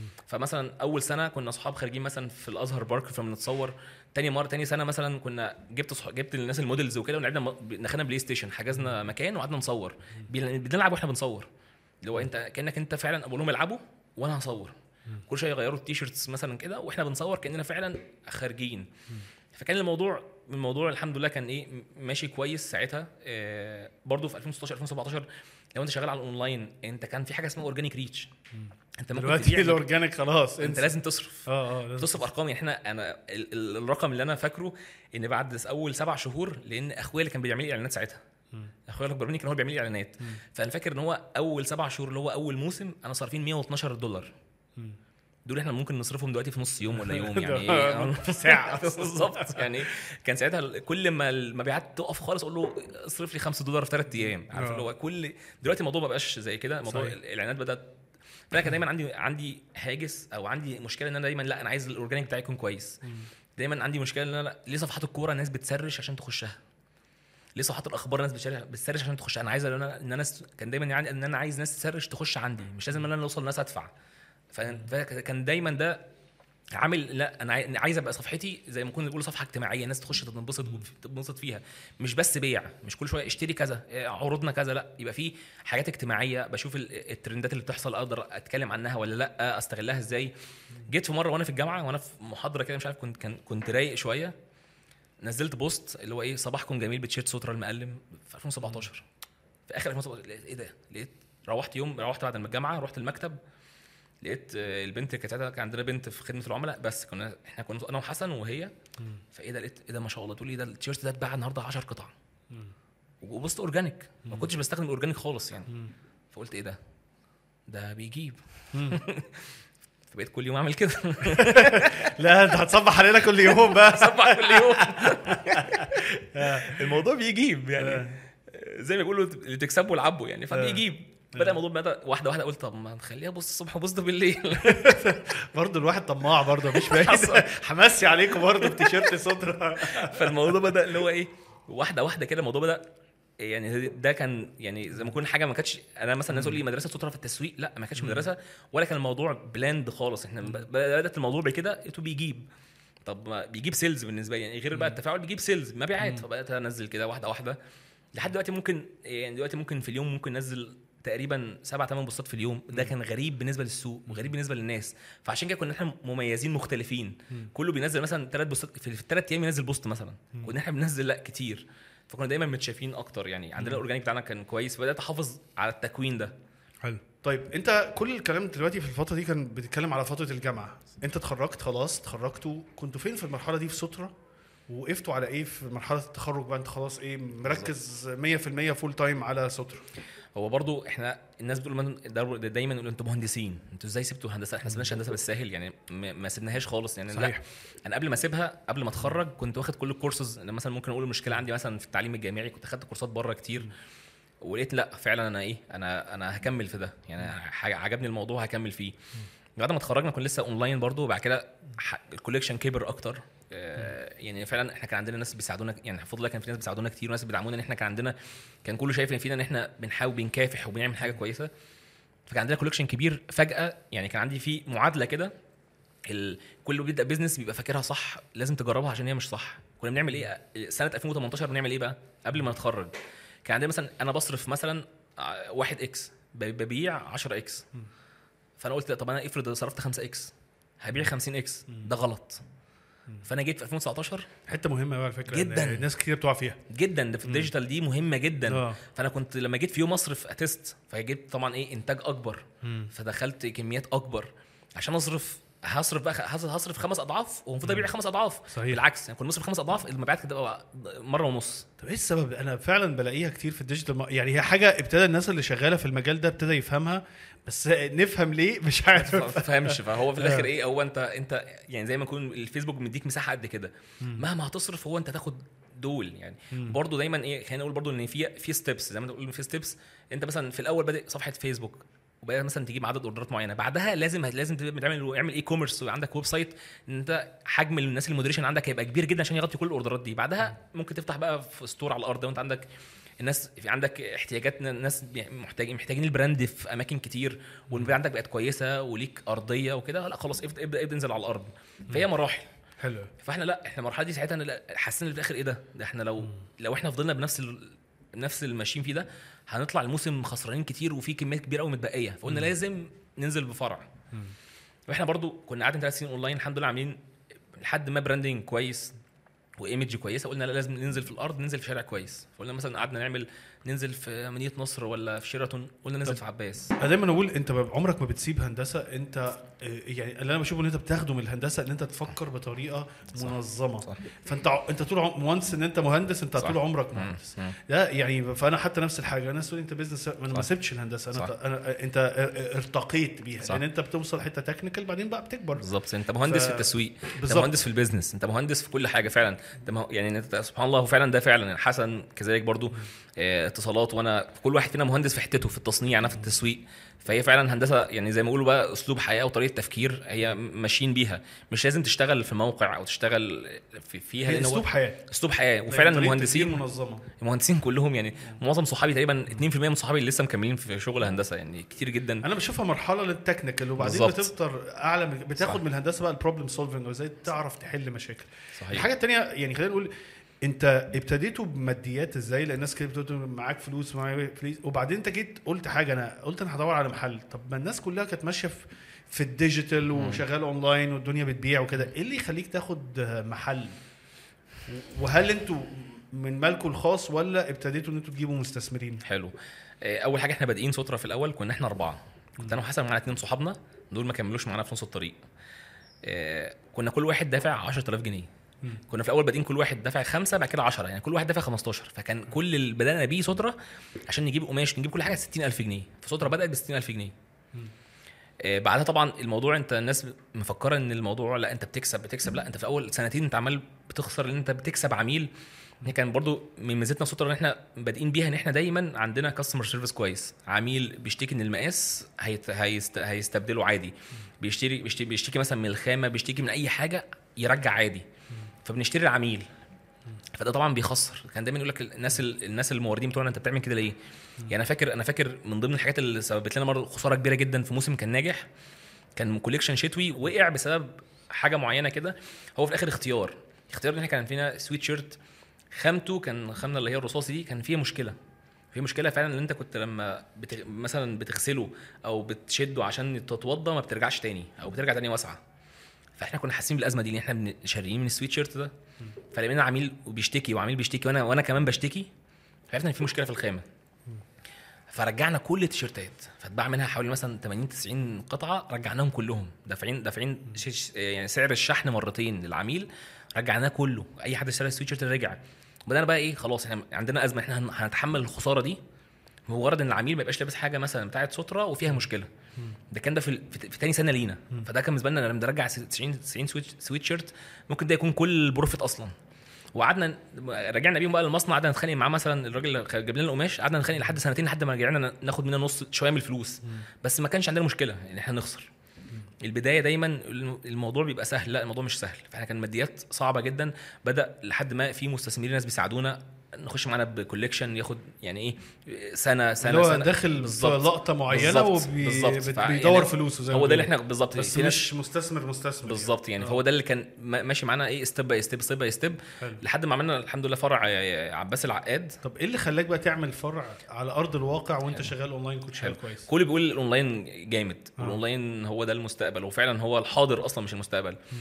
فمثلا اول سنه كنا اصحاب خارجين مثلا في الازهر بارك فبنتصور. تاني مره تاني سنه مثلا كنا جبت صح... جبت الناس المودلز وكده ولعبنا دخلنا بلاي ستيشن حجزنا مكان وقعدنا نصور بنلعب واحنا بنصور اللي هو انت كانك انت فعلا اقول لهم العبوا وانا هصور. كل شويه يغيروا التيشيرتس مثلا كده واحنا بنصور كاننا فعلا خارجين. فكان الموضوع الموضوع الحمد لله كان ايه ماشي كويس ساعتها. آه برضو في ألفين وستاشر ألفين وسبعتاشر لو انت شغال على الاونلاين انت كان في حاجه اسمها اورجانيك ريتش. انت ممكن دلوقتي الاورجانيك خلاص انت لازم تصرف اه اه لازم تصرف ارقام. يعني احنا انا الرقم اللي انا فاكره ان بعد اول سبع شهور لان اخويا اللي كان بيعمل لي اعلانات ساعتها اخويا الاكبر مني كان هو بيعمل لي اعلانات. فانا فاكر ان هو اول سبع شهور اللي هو اول موسم انا صارفين مية واتناشر دولار دول احنا ممكن نصرفهم دلوقتي في نص يوم ولا يوم يعني في ساعه بالظبط. يعني كان ساعتها كل ما المبيعات تقف خالص اقول له اصرف لي خمسة دولار في ثلاث ايام عارف اللي هو كل دلوقتي الموضوع ما بقاش زي كده. موضوع الاعلانات بدات فانا كان دايما عندي عندي حاجز او عندي مشكله ان انا دايما لا انا عايز الاورجانيك بتاعي يكون كويس. دايما عندي مشكله ان انا ليه صفحات الكوره الناس بتسرش عشان تخشها ليه صفحات الاخبار الناس بتسرش عشان تخش. انا عايز ان انا ان انا كان دايما يعني ان انا عايز ناس تسرش تخش عندي مش لازم ان انا اوصل لناس ادفع. فكان دايما ده عامل لا انا عايز ابقى صفحتي زي ما كنا بنقول صفحه اجتماعيه الناس تخش تنبسط تنبسط فيها مش بس بيع مش كل شويه اشتري كذا عروضنا كذا لا يبقى في حاجات اجتماعيه بشوف الترندات اللي بتحصل اقدر اتكلم عنها ولا لا استغلها ازاي. جيت في مره وانا في الجامعه وانا في محاضره كده مش عارف كنت كنت رايق شويه نزلت بوست اللي هو ايه صباحكم جميل بتشيرت سترة المقلم في ألفين وسبعتاشر في اخر ألفين وسبعتاشر ايه ده لقيت روحت يوم روحت بعد الجامعه رحت المكتب لقيت البنت كانت كان عندنا بنت في خدمه العملاء بس كنا احنا كنا انا وحسن وهي فايه ده لقيت ايه ده ما شاء الله تقول لي ده التيشيرت ده اتباع النهارده عشر قطع وبوست اورجانيك ما كنتش بستخدم الاورجانيك خالص يعني. فقلت ايه ده ده بيجيب فبقيت كل يوم اعمل كده. لا انت هتصبح علينا كل يوم بقى صبح كل يوم. الموضوع بيجيب يعني زي ما بيقولوا اللي تكسبه العبه يعني فبيجيب. بدأ الموضوع بدأ واحدة واحدة قلت طب ما نخليها بص الصبح وبص بالليل. برضو الواحد طماع برضو مش بعيد حماسي عليكم برضو بتيشيرت صدر. فالموضوع بدأ اللي هو ايه واحدة واحدة كده الموضوع بدأ يعني ده كان يعني زي ما يكون حاجه ما كانتش انا مثلا الناس تقول لي مدرسه سترة في التسويق لا ما كانتش مدرسه ولا كان الموضوع بلاند خالص. احنا بدات الموضوع بكده لقيته بيجيب طب بيجيب سيلز بالنسبه لي يعني غير بقى التفاعل بيجيب سيلز مبيعات. فبدات انزل كده واحده واحده لحد دلوقتي ممكن يعني دلوقتي ممكن في اليوم ممكن ننزل تقريبا سبعة ثمانية بوستات في اليوم. ده كان غريب بالنسبه للسوق وغريب بالنسبه للناس فعشان كده كنا احنا مميزين مختلفين. كله بينزل مثلا ثلاث بوستات في الثلاث ايام ينزل بوست مثلا كنا احنا بننزل لا كتير فكنا دايما متشافين اكتر يعني عندنا الاورجانيك بتاعنا كان كويس فبدات احافظ على التكوين ده. حلو. طيب انت كل الكلام دلوقتي في الفتره دي كان بتتكلم على فتره الجامعه. انت اتخرجت خلاص اتخرجتوا كنتوا فين في المرحله دي في سترة وقفتوا على ايه في مرحله التخرج بقى انت خلاص ايه مركز مية في المية فول تايم على سترة؟ هو برضو احنا الناس بتقول دايما يقولوا انتوا مهندسين انتوا ازاي سبتوا الهندسه. احنا سبناش هندسه بالساهل يعني ما سبناهاش خالص يعني صحيح. لا انا قبل ما اسيبها قبل ما اتخرج كنت واخد كل الكورسز. انا مثلا ممكن اقول المشكله عندي مثلا في التعليم الجامعي كنت اخدت كورسات بره كتير ولقيت لا فعلا انا ايه انا انا هكمل في ده يعني عجبني الموضوع هكمل فيه. بعد ما اتخرجنا كنا لسه اونلاين برضو وبعد كده الكوليكشن كبر اكتر يعني فعلا احنا كان عندنا ناس بيساعدونا يعني بفضل الله كان في ناس بيساعدونا كتير وناس بيدعمونا ان احنا كان عندنا كان كله شايف ان فينا ان احنا بنحاول بنكافح وبنعمل حاجه كويسه. فكان عندنا كوليكشن كبير فجاه يعني كان عندي فيه معادله كده ال... كله بيبدا بيزنس بيبقى فاكرها صح، لازم تجربها عشان هي مش صح. كنا بنعمل ايه سنه ألفين وتمنتاشر؟ بنعمل ايه بقى قبل ما نتخرج؟ كان عندنا مثلا انا بصرف مثلا واحد اكس ببيع عشرة اكس، فانا قلت طب انا افرض صرفت خمسة اكس هبيع خمسين اكس، ده غلط. فانا جيت في ألفين وتسعتاشر، حته مهمه بقى الفكره جدا، الناس كتير بتقع فيها جدا، ده في الديجيتال دي مهمه جدا. أوه. فانا كنت لما جيت في يوم اصرف اتست، فجيت طبعا ايه انتاج اكبر، مم. فدخلت كميات اكبر عشان اصرف، هصرف بقى هصرف خمس اضعاف ومفروض ابيع خمس اضعاف. صحيح. بالعكس يعني كنت بصرف خمس اضعاف، المبيعات كانت تبقى مره ونص. طب ايه السبب؟ انا فعلا بلاقيها كتير في الديجيتال، يعني هي حاجه ابتدى الناس اللي شغاله في المجال ده ابتدى يفهمها، بس نفهم ليه مش عارف. ما فهمش. فهو في الاخر ايه، هو انت انت يعني زي ما يكون الفيسبوك مديك مساحه قد كده، مهما هتصرف هو انت تاخد دول يعني. برضو دايما ايه، خلينا نقول برضو ان في في ستيبس، زي ما بنقول في ستيبس. انت مثلا في الاول بادئ صفحه فيسبوك وبقى مثلا تجيب عدد اوردرات معينه، بعدها لازم لازم تعمل اعمل اي كوميرس وعندك ويب سايت، ان انت حجم الناس المودريشن عندك هيبقى كبير جدا عشان يغطي كل الاوردرات دي. بعدها ممكن تفتح بقى في ستور على الارض، وانت عندك الناس في عندك احتياجات، ناس محتاجين محتاجين البراند في اماكن كتير، والبراند عندك بقت كويسه وليك ارضيه وكده، لا خلاص ابدا ابدا ابدا انزل على الارض. فهي مراحل. حلو. فاحنا لا احنا المرحله دي ساعتها حاسين في الاخر ايه ده ده احنا لو لو احنا فضلنا بنفس ال... نفس الماشيين فيه ده، هنطلع الموسم خسرانين كتير وفي كميات كبيره قوي متبقيه. فقلنا مم. لازم ننزل بفرع. مم. واحنا برضو كنا قاعدين ثلاث سنين اونلاين الحمد لله، عاملين لحد ما براندنج كويس وايمج كويسه. قلنا لا لازم ننزل في الارض، ننزل في شارع كويس. فقلنا مثلا قعدنا نعمل ننزل في مدينه نصر ولا في شيراتون، قلنا ننزل في عباس. انا دايما اقول انت عمرك ما بتسيب هندسه، انت يعني اللي انا بشوفه ان انت بتاخده من الهندسه ان انت تفكر بطريقه صح. منظمه صح. فانت انت طول عمرك وانس ان انت مهندس، انت صح. طول عمرك مهندس. لا يعني فانا حتى نفس الحاجه، انا سوري انت بزنس، انا ما سبتش الهندسه، انا انا انت ارتقيت بيها، لان يعني انت بتوصل حته تكنيكال بعدين بقى بتكبر. بالظبط. انت مهندس ف... في التسويق، انت مهندس في البيزنس، انت مهندس في كل حاجه فعلا. انت مه... يعني انت سبحان الله فعلا ده فعلا. حسن كذلك برضو اه اتصالات، وانا كل واحد فينا مهندس في حتته، في التصنيع انا في التسويق. فهي فعلا هندسه يعني زي ما يقولوا بقى اسلوب حياه وطريقه تفكير هي ماشيين بيها. مش لازم تشتغل في موقع او تشتغل في فيها، لان اسلوب حياه اسلوب حياه. وفعلا المهندسين منظمه، المهندسين كلهم يعني معظم صحابي تقريبا اتنين بالمية من صحابي اللي لسه مكملين في شغل هندسه، يعني كتير جدا. انا بشوفها مرحله للتكنيكال، وبعدين بتفطر اعلى، بتاخد صح. من الهندسه بقى البروبلم سولفنج وازاي تعرف تحل مشاكل. صحيح. الحاجه الثانيه يعني خلينا نقول انت ابتديتوا بماديات ازاي؟ لان الناس كده بتقول معاك فلوس معاك فلوس، وبعدين انت جيت قلت حاجه، انا قلت انا هدور على محل. طب ما الناس كلها كانت ماشيه في في الديجيتال وشغال اونلاين والدنيا بتبيع وكده، ايه اللي يخليك تاخد محل؟ وهل انتوا من مالكم الخاص ولا ابتديتوا ان انتوا تجيبوا مستثمرين؟ حلو. اول حاجه احنا بادئين ستره في الاول، كنا احنا اربعه، كنت انا وحسن معانا اتنين صحابنا، دول ما كملوش معانا في نص الطريق. كنا كل واحد دافع عشرة آلاف جنيه. كنا في الاول بادئين كل واحد دافع خمسة، بعد كده عشرة، يعني كل واحد دافع خمستاشر. فكان كل اللي بدانا بيه ستره عشان نجيب قماش نجيب كل حاجه ستين ألف جنيه. فستره بدات ب ستين ألف جنيه. آه بعدها طبعا الموضوع انت الناس مفكره ان الموضوع لا انت بتكسب بتكسب لا انت في اول سنتين انت عمال بتخسر، ان انت بتكسب عميل. كان برضو من ميزتنا ستره ان احنا بادئين بيها ان احنا دايما عندنا كاستمر سيرفيس كويس. عميل بيشتكي ان المقاس هيت... هيست... هيستبدله عادي، بيشتري بيشتكي, بيشتكي مثلا من الخامه، بيشتكي من اي حاجه يرجع عادي. فبنشتري العميل، فده طبعا بيخسر. كان دايما يقول لك الناس الناس الموردين بتوعنا انت بتعمل كده ليه؟ يعني انا فاكر انا فاكر من ضمن الحاجات اللي سببت لنا مره خساره كبيره جدا في موسم كان ناجح، كان كوليكشن شتوي وقع بسبب حاجه معينه كده. هو في الاخر اختيار اختيار ان احنا كان فينا سويت شيرت خامته، كان خامه اللي هي الرصاصي دي، كان فيها مشكله في مشكله فعلا، ان انت كنت لما بتغ... مثلا بتغسله او بتشده عشان تتوضى ما بترجعش تاني او بترجع تاني واسعه. فاحنا كنا حاسين بالازمه دي، ان احنا شاريين من السويت شيرت ده، فلقينا عميل وبيشتكي وعميل بيشتكي وانا وانا كمان بشتكي، عرفنا ان في مشكله في الخامه. فرجعنا كل التيشيرتات، فاتباع منها حوالي مثلا ثمانين تسعين قطعه، رجعناهم كلهم دافعين دافعين يعني سعر الشحن مرتين للعميل، رجعناه كله. اي حد اشترى السويت شيرت رجع. بدانا بقى ايه، خلاص احنا عندنا ازمه، احنا هنتحمل الخساره دي مجرد ان العميل ما يبقاش لابس حاجه مثلا بتاعه ستره وفيها مشكله. ده كان ده في في تاني سنه لينا. فده كان بالنسبه لنا لما نرجع تسعين تسعين سويت شيرت ممكن ده يكون كل البروفيت اصلا. وقعدنا رجعنا بيهم بقى المصنع، قعدنا نتخانق معاه، مثلا الراجل اللي جاب لنا القماش قعدنا نتخانق لحد سنتين لحد ما رجعنا ناخد منه نص شويه من الفلوس. بس ما كانش عندنا مشكله ان احنا نخسر. البدايه دايما الموضوع بيبقى سهل، لا الموضوع مش سهل. فاحنا كان ماديات صعبه جدا. بدا لحد ما في مستثمرين ناس بيساعدونا نخش معانا بكوليكشن ياخد يعني ايه سنه سنه اللي هو سنه داخل في لقطه معينه وبيدور يعني فلوسه زي هو ده اللي احنا بالظبط بس مش مستثمر مستثمر بالظبط يعني, يعني هو ده اللي كان ماشي معانا ايه ستيب باي ستيب ستيب باي ستيب لحد ما عملنا الحمد لله فرع عباس العقاد. طب ايه اللي خلاك بقى تعمل فرع على ارض الواقع وانت يعني شغال اونلاين كنت شغال كويس؟ كل بيقول الاونلاين جامد آه. والاونلاين هو ده المستقبل وفعلا هو الحاضر اصلا مش المستقبل. م.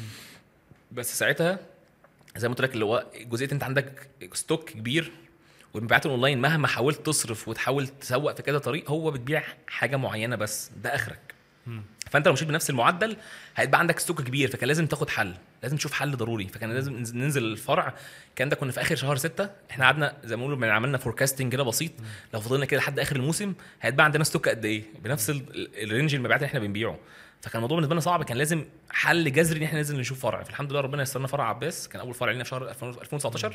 بس ساعتها زي ما قلت لك اللي هو جزئيه انت عندك ستوك كبير والمبيعات الاونلاين مهما حاولت تصرف وتحاول تسوق في كذا طريق هو بتبيع حاجه معينه بس ده اخرك. م. فانت لو مشيت بنفس المعدل هيبقى عندك ستوك كبير فكان لازم تاخد حل لازم تشوف حل ضروري. فكان لازم ننزل الفرع. كان ده كنا في اخر شهر ستة احنا قعدنا زي ما بنقول عملنا فوركاستنج كده بسيط م. لو فضلنا كده لحد اخر الموسم هيبقى عندنا ستوك قد ايه بنفس الرينج المبيعات اللي احنا بنبيعه. فكان الموضوع بالنسبه لنا صعب كان لازم حل جذري ان احنا ننزل نشوف فرع. فالحمد لله ربنا يسرنا فرع عباس كان اول فرع لنا في شهر ألفين وتسعتاشر.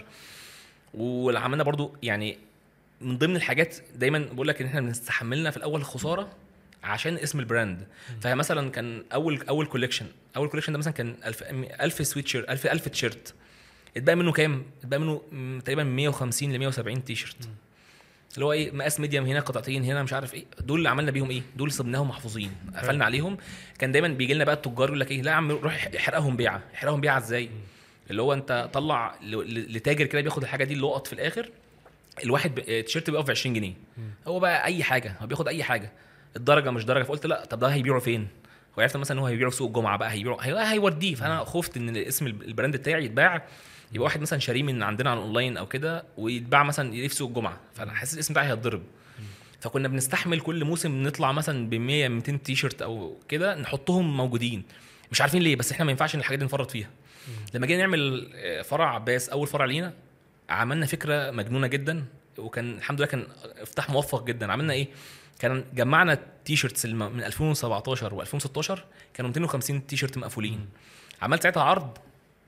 وعملنا برضو يعني من ضمن الحاجات دايما بقول لك ان احنا بنستحملنا في الاول خساره عشان اسم البراند. فمثلا كان اول اول كوليكشن اول كوليكشن ده مثلا كان ألف ألف سويتشر ألف ألف تيشرت اتبقى منه كام اتبقى منه تقريبا مية وخمسين ل مية وسبعين تيشرت اللي هو ايه مقاس ميديم هنا قطعتين هنا مش عارف ايه. دول اللي عملنا بيهم ايه دول صبناهم محفوظين قفلنا عليهم. كان دايما بيجي لنا بقى التجار يقول لك ايه لا يا عم روح احرقهم بيعه احرقهم بيعه ازاي اللي هو انت طلع لتاجر كده بياخد الحاجه دي اللقط في الاخر الواحد تيشيرت بيقف عشرين جنيه هو بقى اي حاجه هو بياخد اي حاجه الدرجه مش درجه. فقلت لا طب ده هيبيعه فين وعرفت مثلا هو هيبيعه في سوق الجمعه بقى هيبيعه هيوديه. فانا خفت ان اسم البراند بتاعي يتباع يبقى واحد مثلا شاريه من عندنا على الاونلاين او كده ويتباع مثلا في سوق الجمعه فانا حاسس الاسم بتاعي هيتضرب. فكنا بنستحمل كل موسم نطلع مثلا ب مية ميتين تيشرت او كده نحطهم موجودين مش عارفين ليه بس احنا ما ينفعش ان الحاجات دي نفرط فيها. لما جينا نعمل فرع عباس اول فرع لينا عملنا فكره مجنونه جدا وكان الحمد لله كان افتتاح موفق جدا. عملنا ايه كان جمعنا تيشرتس من ألفين وسبعتاشر وألفين وستاشر كانوا ميتين وخمسين تيشرت مقفولين. عملت ساعتها عرض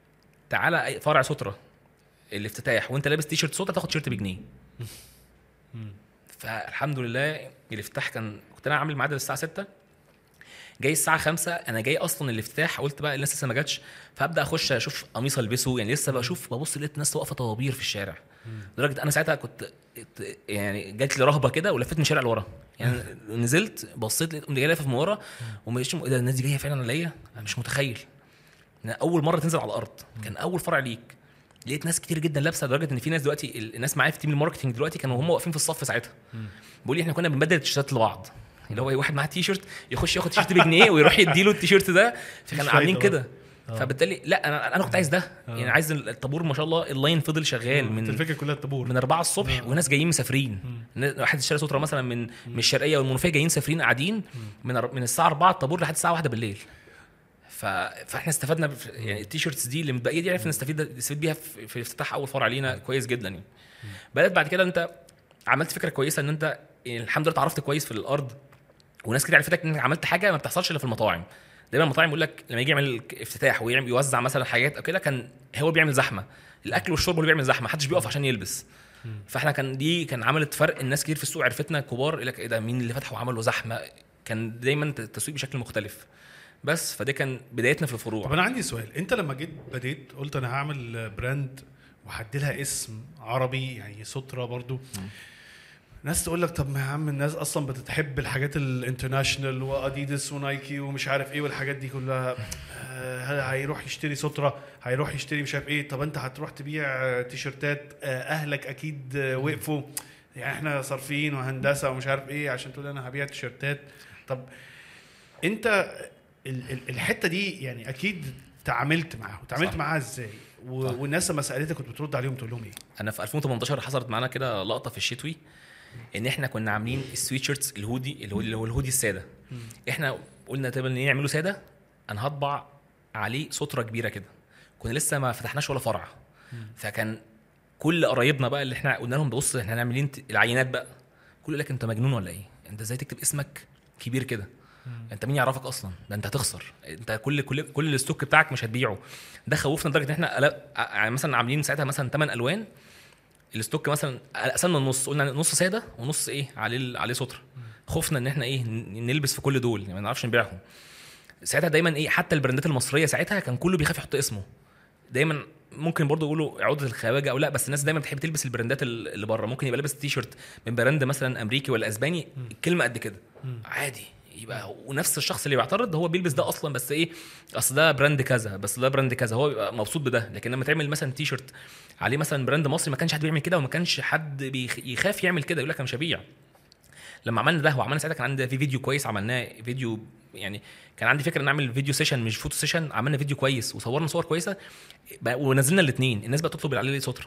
تعالى فرع سترة الافتتاح وانت لابس تيشرت سترة تاخد تيشرت بجنيه. فالحمد لله الافتتاح كان كنت انا عامل ميعاد الساعه ستة جاي الساعه خمسة انا جاي اصلا الافتتاح قلت بقى الناس لسه ما جاتش فابدا اخش اشوف قميص البسه يعني لسه بشوف ببص لقيت ناس واقفه طوابير في الشارع لدرجه انا ساعتها كنت يعني جات لي رهبه كده ولفت من الشارع لورا يعني نزلت بصيت لقيت جاي لافف من ورا ومش ايه ده الناس دي جايه فعلا عليا انا مش متخيل اول مره تنزل على الارض كان اول فرع ليك لقيت ناس كتير جدا لابسه لدرجه ان في ناس دلوقتي الناس معايا في تيم الماركتنج دلوقتي كانوا هم واقفين في الصف ساعتها بيقول لي احنا كنا بنبدل التيشيرتات لبعض اللي هو واحد معاه تيشيرت يخش ياخد تيشيرت بجنيه ويروح يديله التيشيرت ده فكانوا عاملين كده. فبالتالي لا انا انا كنت عايز ده يعني عايز الطابور ما شاء الله اللاين فضل شغال من الفكره كلها الطابور من أربعة الصبح أوه. وناس جايين مسافرين واحد اشترى سترة مثلا من من الشرقيه والمنوفيه جايين مسافرين قاعدين من من الساعه أربعة الطابور لحد الساعه واحدة بالليل. ف... فاحنا استفدنا ب... يعني التيشيرتس دي اللي متبقيه دي عرفنا نستفيد نستفيد بيها في, في افتتاح اول فرع لينا كويس جدا يعني. بدات بعد كده انت عملت فكره كويسه ان انت يعني الحمد لله اتعرفت كويس في الارض وناس كتير عرفتك انك عملت حاجه ما بتحصلش الا في المطاعم. دايما المطاعم يقول لك لما يجي يعمل افتتاح ويعمل يوزع مثلا حاجات او كده كان هو بيعمل زحمه الاكل والشرب اللي بيعمل زحمه محدش بيقف عشان يلبس. فاحنا كان دي كان عملت فرق الناس كتير في السوق عرفتنا كبار يقول لك ايه ده مين اللي فتح وعمل له زحمه. كان دايما التسويق بشكل مختلف بس فده كان بدايتنا في الفروع. طب انا عندي سؤال انت لما جيت بديت قلت انا هعمل براند وحدد لها اسم عربي يعني سترة برضو م. ناس تقول لك طب ما يا عم الناس اصلا بتحب الحاجات الانترناشنال واديداس ونايكي ومش عارف ايه والحاجات دي كلها آه هيروح يشتري سترة هيروح يشتري مش عارف ايه. طب انت هتروح تبيع تيشرتات آه اهلك اكيد آه وقفوا يعني احنا صارفين وهندسه ومش عارف ايه عشان تقول انا هبيع تيشرتات. طب انت الحته دي يعني اكيد تعاملت معاها وتعاملت معاها ازاي والناس لما سالتك كنت بترد عليهم تقول لهم ايه؟ انا في ألفين وتمنتاشر حصلت معانا كده لقطه في الشتوي ان احنا كنا عاملين السويتشيرتس الهودي اللي هو الهودي الساده. احنا قلنا طب ان نعمله ساده انا هطبع عليه ستره كبيره كده. كنا لسه ما فتحناش ولا فرع فكان كل قرايبنا بقى اللي احنا قلنا لهم بص احنا هنعمل العينات بقى كله لك انت مجنون ولا ايه انت ازاي تكتب اسمك كبير كده انت مين يعرفك اصلا ده انت هتخسر انت كل كل كل الستوك بتاعك مش هتبيعه. ده خوفنا لدرجه ان احنا يعني مثلا عاملين ساعتها مثلا ثمانية الوان الستوك مثلا قسمنا النص قلنا نص ساده ونص ايه عليه عليه ستره. خفنا ان احنا ايه نلبس في كل دول يعني ما نعرفش نبيعهم. ساعتها دايما ايه حتى البراندات المصريه ساعتها كان كله بيخاف يحط اسمه. دايما ممكن برضو يقولوا عقده الخواجه او لا، بس الناس دايما بتحب تلبس البراندات اللي بره. ممكن يبقى لابس تي شيرت من براند مثلا امريكي ولا اسباني، الكلمه قد كده عادي، يبقى ونفس الشخص اللي بيعترض هو بيلبس ده اصلا، بس ايه اصل ده براند كذا، بس ده براند كذا، هو بيبقى مبسوط بده. لكن لما تعمل مثلا تي شيرت عليه مثلا براند مصري، ما كانش حد بيعمل كده، وما كانش حد بيخاف يعمل كده، يقول لك انا مش هبيع. لما عملنا ده وعملنا ساعتها كان عندنا في فيديو كويس عملناه، فيديو يعني كان عندي فكره نعمل فيديو سيشن مش فوتو سيشن، عملنا فيديو كويس وصورنا صور كويسه ونزلنا الاثنين، الناس بقى تطلب عليه سترة،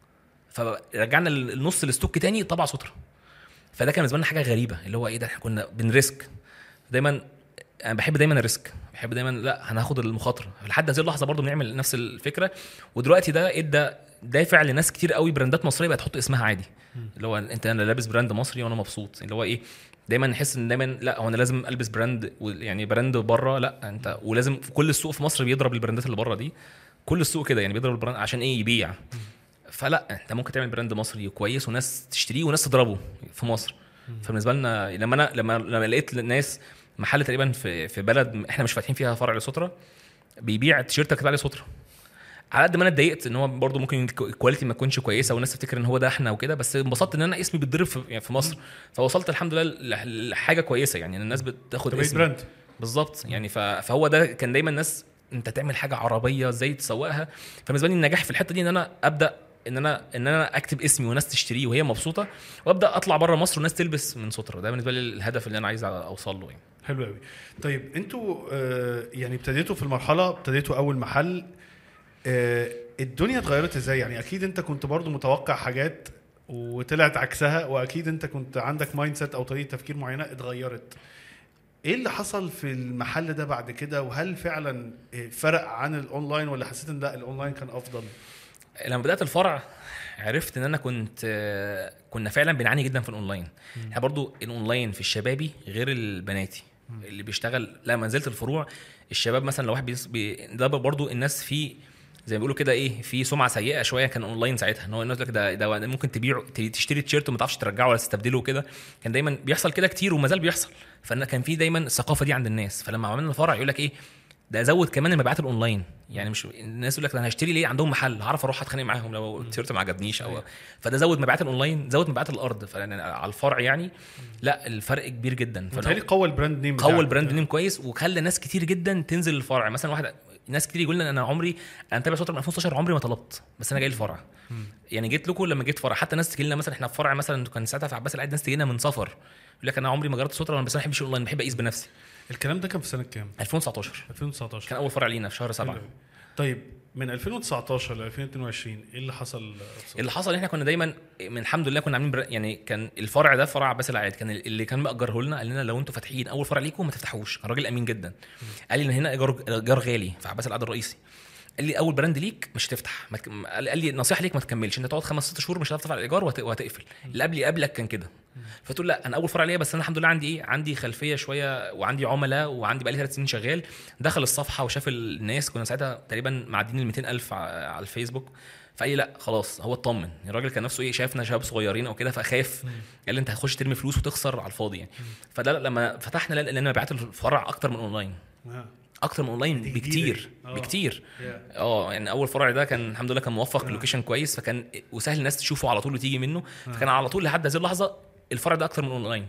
فرجعنا النص الاستوك تاني طبعا سترة. فده كان بالنسبه لنا حاجه غريبه، اللي هو ايه ده، احنا كنا بنريسك دايما. انا بحب دايما الريسك، بحب دايما لا هناخد المخاطره. لحد هذه اللحظه برضو بنعمل نفس الفكره، ودلوقتي ده ادى دافع لناس كتير قوي براندات مصريه بقت تحط اسمها عادي، اللي هو انت انا لابس براند مصري وانا مبسوط، اللي هو ايه دايما نحس ان دايما لا هو انا لازم البس براند يعني براند بره، لا انت ولازم في كل السوق في مصر بيضرب البراندات اللي بره دي، كل السوق كده يعني بيضرب البراند عشان ايه يبيع. فلا انت ممكن تعمل براند مصري كويس وناس تشتريه وناس تضربه في مصر. فبالنسبه لنا لما انا لما لما لقيت الناس محل تقريبا في في بلد احنا مش فاتحين فيها فرع لسترة بيبيع تيشيرت كده عليه سترة، على قد ما انا اتضايقت ان هو برده ممكن الكواليتي ما تكونش كويسه والناس تفتكر ان هو ده احنا وكده، بس انبسطت ان انا اسمي بيتضرب في, يعني في مصر، فوصلت الحمد لله لحاجه كويسه يعني الناس بتاخد اسمي بالظبط يعني. فهو ده كان دايما الناس انت تعمل حاجه عربيه ازاي تسوقها. فبالنسبه لي النجاح في الحته دي ان انا ابدا ان انا ان انا اكتب اسمي وناس تشتريه وهي مبسوطه، وابدا اطلع بره مصر وناس تلبس من سترة. ده بالنسبه لي الهدف اللي انا عايز اوصل له يعني. حلو قوي. طيب انتوا آه يعني ابتديتوا في المرحله، ابتديتوا اول محل، آه الدنيا اتغيرت ازاي؟ يعني اكيد انت كنت برضو متوقع حاجات وطلعت عكسها، واكيد انت كنت عندك مايند سيت او طريقه تفكير معينه اتغيرت. ايه اللي حصل في المحل ده بعد كده؟ وهل فعلا فرق عن الاونلاين ولا حسيت ان لا الاونلاين كان افضل؟ لما بدات الفرع عرفت ان انا كنت كنا فعلا بنعاني جدا في الاونلاين. احنا برضو الاونلاين في الشبابي غير البناتي اللي بيشتغل. لما نزلت الفروع الشباب مثلا لو واحد بي... ده برضو الناس في زي ما بيقولوا كده ايه في سمعه سيئه شويه كان اونلاين ساعتها، ان هو الناس لك ده ده ممكن تبيع تشتري تيشيرت وما تعرفش ترجعه ولا تستبدله وكده. كان دايما بيحصل كده كتير وما زال بيحصل. فانا كان في دايما الثقافه دي عند الناس. فلما عملنا الفرع يقول لك ايه ده زود كمان المبيعات الاونلاين. يعني مش الناس يقول لك انا هشتري ليه عندهم محل هعرف اروح اتخانق معاهم لو التيشيرت ما عجبنيش او فده زود مبيعات الاونلاين زود مبيعات الارض. فانا على الفرع يعني لا الفرق كبير جدا. فبالتالي قوى البراند نيم قوى البراند نيم كويس وخلى ناس كتير جدا تنزل الفرع. مثلا واحد ناس كتير يقول لنا انا عمري انا متابع سترة من ألفين وستاشر عمري ما طلبت بس انا جاي الفرع. يعني جيت لكم لما جيت فرع حتى ناس تجي لنا مثلا احنا في فرع مثلا كان ساعتها في عباس العيد ناس تجي لنا من سفر يقول لك انا عمري ما جربت سترة بس انا ما بحبش الاونلاين بحب اقيس بنفسي. الكلام ده كان في سنه كام؟ ألفين وتسعتاشر ألفين وتسعتاشر كان اول فرع لينا في شهر سبعة. طيب من ألفين وتسعتاشر ل ألفين واتنين وعشرين ايه اللي حصل؟ اللي حصل احنا كنا دايما من الحمد لله كنا عاملين يعني كان الفرع ده فرع عباس العيد كان اللي كان مأجره لنا قال لنا لو انتوا فاتحين اول فرع ليكم ما تفتحوش. كان راجل امين جدا قال لي هنا ايجار ايجار غالي في عباس العيد الرئيسي. قال لي اول براند ليك مش هتفتح. قال لي نصيحه ليك ما تكملش انت تقعد خمس ست شهور مش هتعرف تدفع الايجار وهتقفل. اللي قبلي قبلك كان كده. فتقول لا انا اول فرع ليا بس انا الحمد لله عندي ايه عندي خلفيه شويه وعندي عملاء وعندي بقالي ثلاث سنين شغال. دخل الصفحه وشاف الناس كنا ساعتها تقريبا معديين ال مئتين ألف على الفيسبوك. فقال لي لا خلاص هو اطمن. الراجل كان نفسه ايه شايفنا شباب صغيرين او كده فخاف. قال لي انت هتخش ترمي فلوس وتخسر على الفاضي يعني. فده لما فتحنا لقينا مبيعات الفرع اكتر من اونلاين اكتر من اونلاين بكتير بكتير اه يعني اول فرع ده كان الحمد لله كان موفق اللوكيشن كويس فكان وسهل الناس تشوفه على طول وتيجي منه. فكان على طول لحد هذه اللحظه الفرع ده اكتر من اونلاين.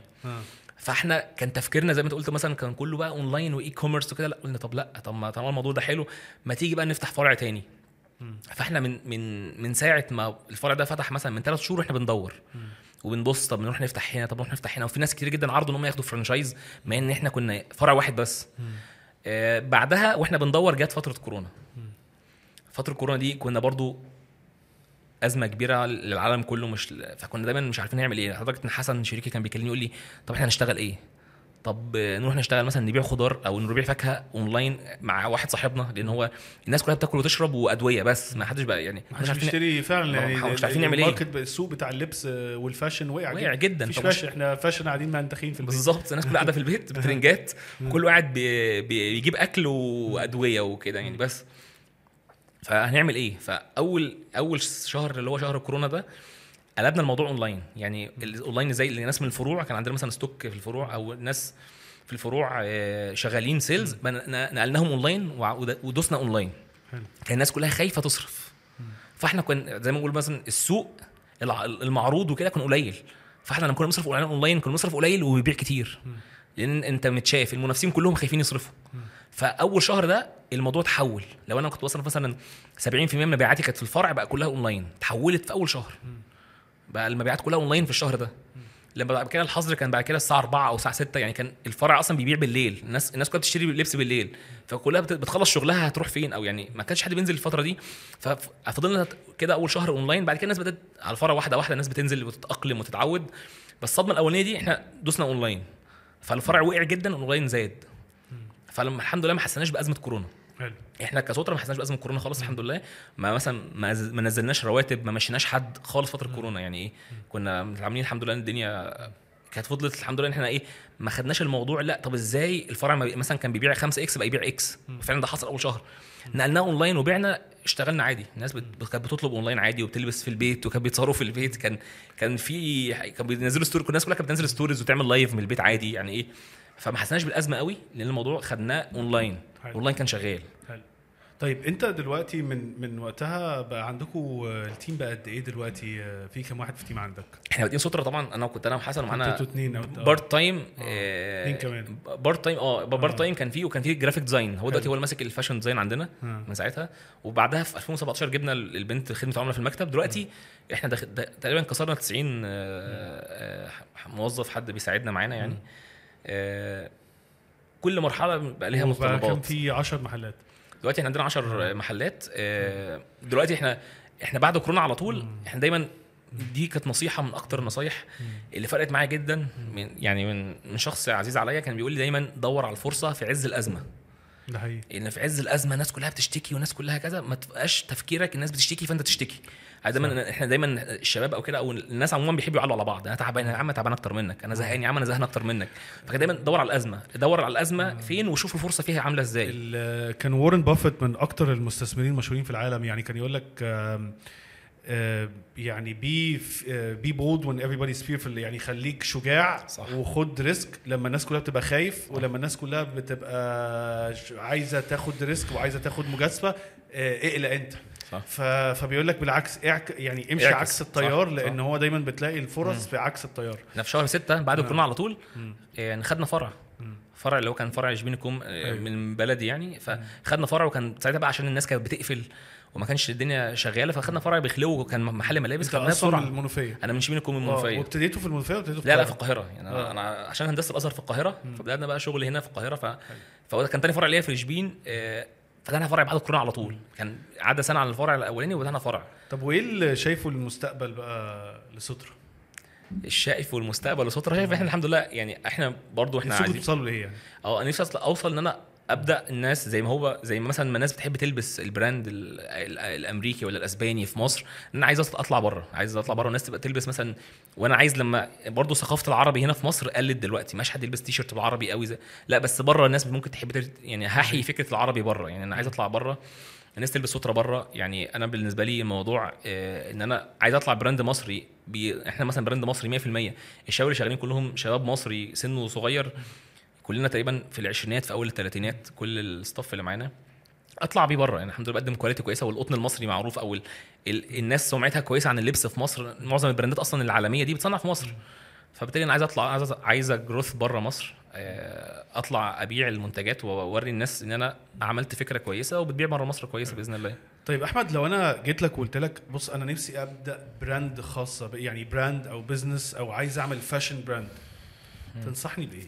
فاحنا كان تفكيرنا زي ما انت قلت مثلا كان كله بقى اونلاين واي كوميرس وكده. لا قلنا طب لا طب ما طالما الموضوع ده حلو ما تيجي بقى نفتح فرع تاني. فاحنا من من من ساعه ما الفرع ده فتح مثلا من ثلاث شهور احنا بندور وبنبص طب نروح نفتح هنا طب نروح نفتح هنا. وفي ناس كتير جدا عرضوا ان هم ياخدوا فرانشايز مع ان احنا كنا فرع واحد بس. آه بعدها واحنا بندور جت فتره كورونا. فتره كورونا دي كنا برضو ازمه كبيره للعالم كله مش فكنا دايما مش عارفين نعمل ايه. لدرجه ان حسن شريكي كان بيكلمني يقول لي طب احنا هنشتغل ايه؟ طب نروح نشتغل مثلا نبيع خضار او نبيع فاكهه اونلاين مع واحد صاحبنا لان هو الناس كلها بتاكل وتشرب وادويه بس ما حدش بقى يعني مش بيشتري فعلا يعني مش عارفين نعمل ايه. الماركت السوق بتاع اللبس والفاشن وقع وقع جدا. مش فاشن احنا فاشن قاعدين منتخين في البيت بالظبط. الناس كلها قاعده في البيت بترنجات كل واحد بيجيب اكل وادويه وكده يعني بس. فهنعمل ايه؟ فاول اول شهر اللي هو شهر الكورونا ده قلبنا الموضوع اونلاين. يعني الاونلاين زي اللي ناس من الفروع كان عندنا مثلا ستوك في الفروع او ناس في الفروع شغالين سيلز نقلناهم اونلاين ودوسنا اونلاين. كان الناس كلها خايفه تصرف فاحنا كنا زي ما نقول مثلا السوق المعروض وكده كان قليل، فاحنا لما كنا بنصرف اونلاين كنا بنصرف قليل وبيبيع كتير، لان انت متشاف المنافسين كلهم خايفين يصرفوا. فاول شهر ده الموضوع تحول، لو انا كنت بصرف مثلا سبعين في المية من مبيعاتي كانت في الفرع بقى كلها اونلاين، تحولت في اول شهر بقى المبيعات كلها اونلاين في الشهر ده. لما بعد كده الحظر كان بعد كده الساعه أربعة او الساعه ستة، يعني كان الفرع اصلا بيبيع بالليل، الناس الناس كلها بتشتري لبس بالليل، فكلها بتخلص شغلها هتروح فين، او يعني ما كانش حد بينزل الفتره دي. ففضلنا كده اول شهر اونلاين، بعد كده الناس بدات على الفرع واحده واحده الناس بتنزل وتتاقلم وتتعود. بس الصدمه الاولانيه دي احنا دوسنا اونلاين، فالفرع وقع جدا اونلاين زاد. فلما الحمد لله ما حسناش بازمه كورونا، احنا كسوترا ما حسناش بازمه كورونا خالص الحمد لله. ما مثلا ما نزلناش رواتب، ما مشيناش حد خالص فتره كورونا. يعني ايه كنا متعاملين الحمد لله، الدنيا كانت فضلت الحمد لله ان احنا ايه ما خدناش الموضوع لا طب ازاي الفرع مثلا كان بيبيع خمسة اكس بقى يبيع اكس، فعلا ده حصل اول شهر. نقلناه اونلاين وبيعنا اشتغلنا عادي، الناس كانت بتطلب اونلاين عادي وبتلبس في البيت وكانوا بيتصوروا في البيت، كان كان في كان بينزلوا ستوري، الناس كلها كانت بتنزل ستوريز وتعمل لايف من البيت عادي يعني ايه. فما حسناش بالازمه قوي لان الموضوع خدناه اونلاين، اونلاين كان شغال. طيب انت دلوقتي من من وقتها بقى عندكم التيم بقى قد ايه دلوقتي؟ في كام واحد في التيم عندك؟ احنا بادئين سوترا طبعا، انا كنت انا وحسن ومعانا اثنين او بارت تايم اثنين كمان بارت تايم اه بارت تايم كان فيه، وكان فيه جرافيك ديزاين، هو دلوقتي هو اللي ماسك الفاشن ديزاين عندنا آه. من ساعتها. وبعدها في ألفين وسبعتاشر جبنا البنت خدمه عملاء في المكتب. دلوقتي آه. احنا دخ... د... تقريبا كسرنا تسعين آه موظف حد بيساعدنا معانا يعني. آه كل مرحله بقى ليها متطلبات. كان في عشر محلات دلوقتي احنا عندنا عشر محلات. دلوقتي احنا احنا بعد كورونا على طول احنا دايما دي كانت نصيحه من اكتر النصايح اللي فرقت معايا جدا، من يعني من من شخص عزيز عليا كان بيقول لي دايما دور على الفرصه في عز الازمه. ده حقيقي ان في عز الازمه الناس كلها بتشتكي والناس كلها كذا، ما تبقاش تفكيرك الناس بتشتكي فانت تشتكي. دايما احنا دايما الشباب او كده او الناس عموما بيحبوا يعلوا على بعض، انا تعبان يا عم تعبان اكتر منك، انا زهقان يا عم انا زهقان اكتر منك. فدايما دور على الازمه، دور على الازمه فين وشوف الفرصه فيها عامله ازاي. كان وارن بافيت من اكتر المستثمرين المشهورين في العالم، يعني كان يقول لك يعني بي بي بولد when everybody's fearful، يعني خليك شجاع صح. وخد ريسك لما الناس كلها بتبقى خايف، ولما الناس كلها بتبقى عايزه تاخد ريسك وعايزه تاخد مجازفه اقلق انت. فبيقول لك بالعكس يعني امشي عكس التيار، لان هو دايما بتلاقي الفرص مم. في عكس التيار. في شهر ستة بعد الكورونا على طول يعني خدنا فرع مم. فرع اللي هو كان فرع شبينكم من بلدي يعني، فخدنا فرع وكان ساعتها بقى عشان الناس كانت بتقفل وما كانش الدنيا شغاله، فخدنا فرع بخلوه وكان محل ملابس. كان اصلا من المنوفيه، انا من شبينكم من المنوفيه. وابتديتوا في المنوفيه وابتديتوا لا لا في القاهره يعني آه. انا عشان هندسه الازهر في القاهره مم. فبدأنا بقى شغل هنا في القاهره. ف... فهو كان تاني فرع ليا في شبين. آه فتحنا فرع بعد الكورونا على طول، كان عدى سنه على الفرع الاولاني وبدأنا فرع. طب وايه اللي شايفه المستقبل بقى لسوترا؟ الشائف والمستقبل لسوترا شايف احنا الحمد لله يعني احنا برضو احنا عايزين توصلوا لايه يعني؟ اه انا نفسي اوصل ان انا ابدا الناس زي ما هو زي ما مثلا ما الناس بتحب تلبس البراند الامريكي ولا الاسباني في مصر، ان انا عايز اطلع بره، عايز اطلع بره الناس تبقى تلبس مثلا. وانا عايز لما برضو ثقافه العربي هنا في مصر قلت دلوقتي، مش حد يلبس تيشيرت بالعربي قوي زي لا، بس بره الناس ممكن تحب يعني هحيي فكره العربي بره. يعني انا عايز اطلع بره الناس تلبس سوترا بره. يعني انا بالنسبه لي الموضوع آه ان انا عايز اطلع براند مصري بي احنا مثلا براند مصري مية في المية. الشباب اللي شغالين كلهم شباب مصري سنه صغير، كلنا تقريبا في العشرينات في اول الثلاثينات، كل الستاف اللي معانا اطلع بيه بره. يعني الحمد لله بقدم كواليتي كويسه، والقطن المصري معروف، او ال... ال... الناس سمعتها كويسه عن اللبس في مصر. معظم البراندات اصلا العالميه دي بتصنع في مصر، فبالتالي انا عايز اطلع عايز عايز جروث بره مصر، اطلع ابيع المنتجات واوري الناس ان انا عملت فكره كويسه وبتبيع بره مصر كويسه باذن الله. طيب احمد، لو انا جيت لك وقلت لك بص انا نفسي ابدا براند خاصه، يعني براند او بزنس، او عايز اعمل فاشن براند، تنصحني بايه؟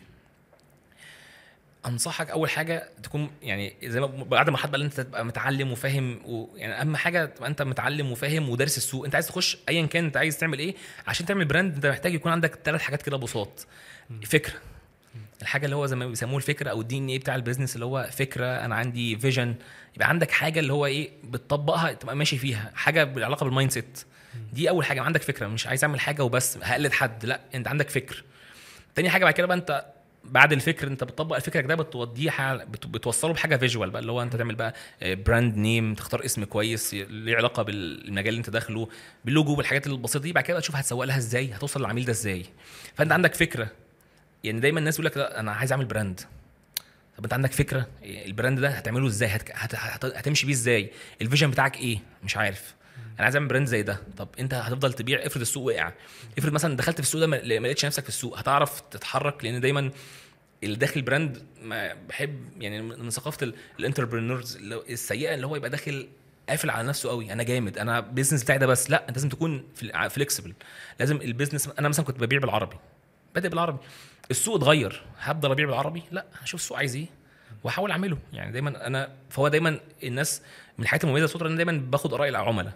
انصحك اول حاجه تكون يعني زي ما بعد ما حد انت تبقى متعلم وفاهم و... يعني اهم حاجه تبقى انت متعلم وفاهم ودارس السوق. انت عايز تخش ايا كان انت عايز تعمل ايه عشان تعمل براند، انت محتاج يكون عندك ثلاث حاجات كده بساط. فكره، الحاجه اللي هو زي ما بيسموه الفكره او الدي ان ايه بتاع البيزنس، اللي هو فكره انا عندي فيجن، يبقى عندك حاجه اللي هو ايه بتطبقها تبقى ماشي فيها، حاجه بالعلاقه بالمايند سيت. دي اول حاجه، عندك فكره، مش عايز اعمل حاجه وبس هقلد حد، لا انت عندك فكر. تاني حاجه بعد كده بقى انت بعد الفكر انت بتطبق الفكره ده، بتوديها بتوصله بحاجه فيجوال بقى، اللي هو انت تعمل بقى براند نيم، تختار اسم كويس ليه علاقه بالمجال اللي انت داخله، باللوجو، بالحاجات البسيطه دي. بعد كده تشوف هتسوق لها ازاي، هتوصل للعميل ده ازاي. فانت عندك فكره. يعني دايما الناس يقول لك لا انا عايز اعمل براند. طب انت عندك فكره البراند ده هتعمله ازاي، هت... هت... هت... هتمشي بيه ازاي، الفيجن بتاعك ايه، مش عارف. انا عايز اعمل براند زي ده. طب انت هتفضل تبيع، افرض السوق وقع، افرض مثلا دخلت في السوق ده ما لقيتش نفسك في السوق، هتعرف تتحرك؟ لان دايما اللي داخل براند ما بحب يعني من ثقافه الانتربرينورز السيئه اللي هو يبقى داخل قافل على نفسه قوي، انا جامد، انا بيزنس بتاعي ده بس. لا، انت لازم تكون فليكسبل. لازم البيزنس، انا مثلا كنت ببيع بالعربي، بادئ بالعربي، السوق اتغير، هفضل ابيع بالعربي؟ لا، هشوف السوق عايز ايه واحاول اعمله. يعني دايما انا، فهو دايما الناس من الحاجات المميزه السوتر ان دايما باخد اراء العملاء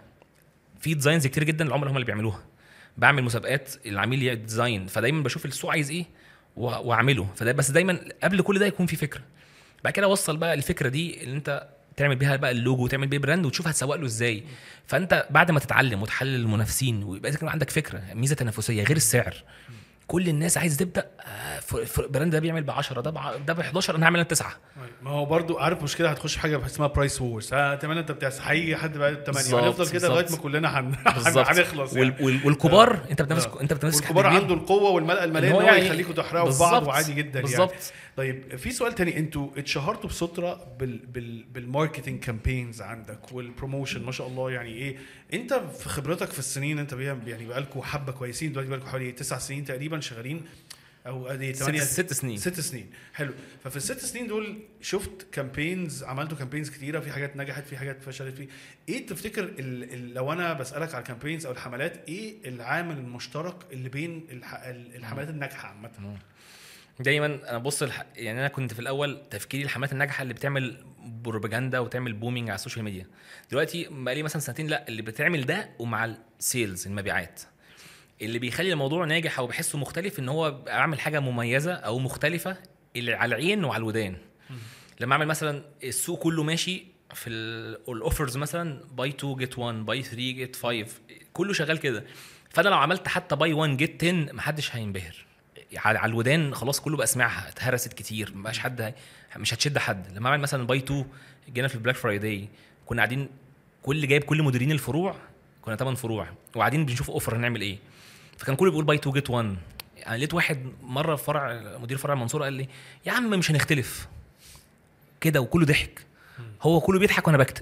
في ديزاينز كتير جدا، العملاء هم اللي بيعملوها. بعمل مسابقات العميل يعمل ديزاين، فدايما بشوف السوق عايز ايه واعمله. فده بس دايما قبل كل ده يكون في فكره، بعد كده اوصل بقى الفكره دي اللي انت تعمل بيها بقى اللوجو وتعمل بيه براند وتشوف هتسوق له ازاي. فانت بعد ما تتعلم وتحلل المنافسين ويبقى عندك فكره، ميزه تنافسيه غير السعر. كل الناس عايز تبدا براند ده بيعمل ب عشرة، ده ده ب احداشر، انا هعمل تسعة. ما هو برضو عارف مشكله، هتخش في حاجه اسمها برايس وورز. اه تمام، انت بتاع حقيقي حد بقى تمانية ونفضل كده لغايه ما كلنا هنخلص يعني. وال والكبار آه. انت بتنافس آه. انت بتنافس الكبار عنده القوه والملأ الماليه ان هو يعني يخليكم تحرقوا في بعض، وعادي جدا بالزبط. يعني. طيب في سؤال تاني، انتوا اتشهرتوا بسترة بال بال بالماركتنج كامبينز عندك والبروموشن ما شاء الله. يعني ايه انت في خبرتك في السنين، انت يعني بقالكم حبه كويسين دلوقتي، بقالكم حوالي تسع سنين تقريبا شغالين او ادي ثمانية ست سنين ست سنين حلو. ففي الست سنين دول شفت كامبينز، عملتوا كامبينز كتيره، في حاجات نجحت، في حاجات فشلت. في ايه تفتكر ال ال لو انا بسالك على الكامبينز او الحملات، ايه العامل المشترك اللي بين الحملات الناجحه عامه؟ دايما انا بص الح... يعني انا كنت في الاول تفكيري الحملات الناجحه اللي بتعمل بروباجندا وتعمل بومينج على السوشيال ميديا. دلوقتي بقى لي مثلا سنتين لا، اللي بتعمل ده ومع السيلز المبيعات. اللي بيخلي الموضوع ناجح او بحسه مختلف ان هو اعمل حاجه مميزه او مختلفه اللي على العين وعلى الودان. لما اعمل مثلا السوق كله ماشي في الاوفرز مثلا باي تو جيت واحد، باي ثلاثة جيت خمسة، كله شغال كده. فانا لو عملت حتى باي واحد جيت عشرة محدش هينبهر. على الودان خلاص كله بقى سمعها، اتهرست كتير، مبقاش حد، مش هتشد حد. لما اعمل مثلا باي اتنين، جينا في البلاك فرايداي كنا قاعدين كل جايب كل مديرين الفروع، كنا ثمانية فروع وقاعدين بنشوف اوفر هنعمل ايه. فكان كله بيقول باي اتنين جيت واحد. يعني لقيت واحد مره في فرع، مدير فرع المنصوره قال لي يا عم مش هنختلف كده، وكله ضحك. هو كله بيضحك وانا بكتب.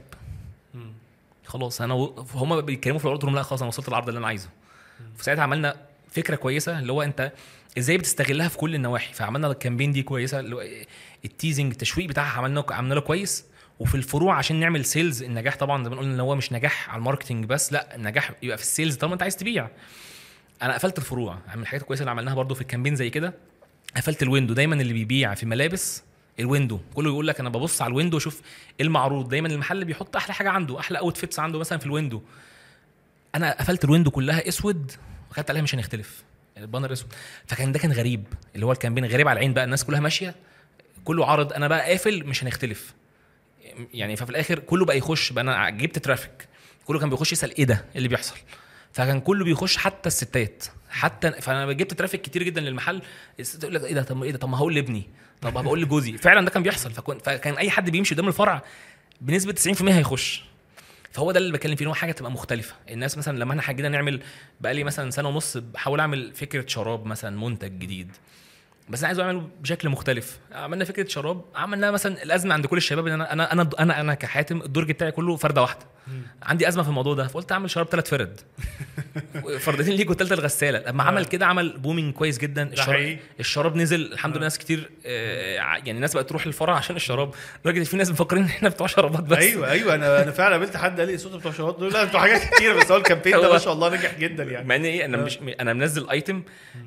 خلاص انا هم بيتكلموا في العرض، لا خلاص انا وصلت العرض اللي انا عايزه. فساعتها عملنا فكره كويسه اللي هو انت ازاي بتستغلها في كل النواحي. فعملنا الكامبين دي كويسه، اللي هو التيزنج التشويق بتاعها عملناه عملنا له كويس. وفي الفروع عشان نعمل سيلز النجاح طبعا زي ما قلنا ان هو مش نجاح على الماركتنج بس، لا النجاح يبقى في السيلز طالما انت عايز تبيع. انا قفلت الفروع، من الحاجات الكويسه اللي عملناها برضو في الكامبين زي كده، قفلت الويندو. دايما اللي بيبيع في ملابس الويندو كله يقول لك انا ببص على الويندو اشوف المعروض. دايما المحل بيحط احلى حاجه عنده، احلى اوتفيتس عنده مثلا في الويندو. انا قفلت الويندو كلها اسود وخدت عليها مش هنختلف، البانر اسود. فكان ده كان غريب، اللي هو الكامبين غريب على العين بقى، الناس كلها ماشيه كله عارض، انا بقى قافل مش هنختلف يعني. ففي الاخر كله بقى يخش بقى، انا جبت ترافيك، كله كان بيخش يسال ايه ده اللي بيحصل. فكان كله بيخش حتى الستات حتى. فانا جبت ترافيك كتير جدا للمحل، تقول لك ايه ده، طب ايه ده، طب ما هقول لابني، طب هبقول لجوزي. فعلا ده كان بيحصل. فكان فكان اي حد بيمشي قدام الفرع بنسبه تسعين في المية هيخش. فهو ده اللي بتكلم فيه، ان هو حاجه تبقى مختلفه. الناس مثلا لما احنا حاجينا نعمل، بقى لي مثلا سنه ونص بحاول اعمل فكره شراب مثلا، منتج جديد بس انا عايز اعمله بشكل مختلف. عملنا فكره شراب، عملنا مثلا الازمه عند كل الشباب ان انا انا انا انا, أنا كحاتم الدرج بتاعي كله فرده واحده، عندي ازمه في الموضوع ده. فقلت اعمل شراب ثلاث فرد، فردتين ليك والثالثه الغساله. لما عمل كده عمل بومينج كويس جدا. الشراب, الشراب نزل الحمد لله. ناس كتير يعني الناس بقت تروح للفرع عشان الشراب، لدرجه في ناس مفكرين ان احنا بتوع شرابات بس. ايوه ايوه انا انا فعلا قابلت حد قال لي صوت بتوع شرابات دول، لا بتوع حاجات كتير. بس هو الكامبين ده ما شاء الله نجح جدا يعني. مع ان ايه انا مش انا منزل ايتم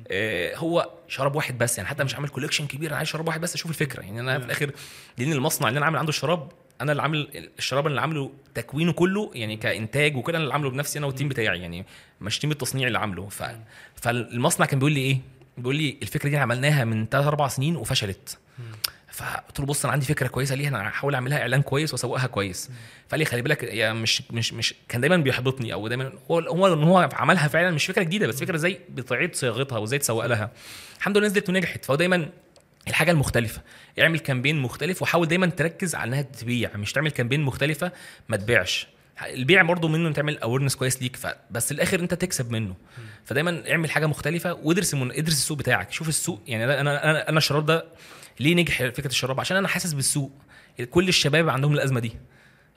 هو شراب واحد بس يعني، حتى مش عامل كولكشن كبير، انا عايز شراب واحد بس اشوف الفكره يعني. انا في الاخر لان المصنع اللي انا عامل عنده الشراب، انا اللي عامل الشراب اللي عامله تكوينه كله يعني كانتاج وكده، انا اللي عامله بنفسي انا والتيم بتاعي يعني، مش تيم التصنيع اللي عامله. ف... فالمصنع كان بيقول لي ايه، بيقول لي الفكره دي عملناها من ثلاثة أربعة سنين وفشلت. فقلت له بص انا عندي فكره كويسه ليها، انا هحاول اعملها اعلان كويس واسوقها كويس. فقال لي خلي بالك يا مش مش مش كان دايما بيحبطني، او دايما هو هو ان هو عملها فعلا مش فكره جديده، بس فكره ازاي بتعيد صياغتها وازاي تسوق لها. الحمد لله نزلت ونجحت. فهو دايما الحاجه المختلفه، اعمل كامبين مختلف وحاول دايما تركز على انها تبيع، مش تعمل كامبين مختلفه ما تبيعش. البيع برضو منه تعمل اورنس كويس ليك، بس الاخر انت تكسب منه. فدايما اعمل حاجه مختلفه وادرس من... ادرس السوق بتاعك، شوف السوق يعني. انا انا انا الشراب ده ليه نجح فكره الشراب؟ عشان انا حاسس بالسوق، كل الشباب عندهم الازمه دي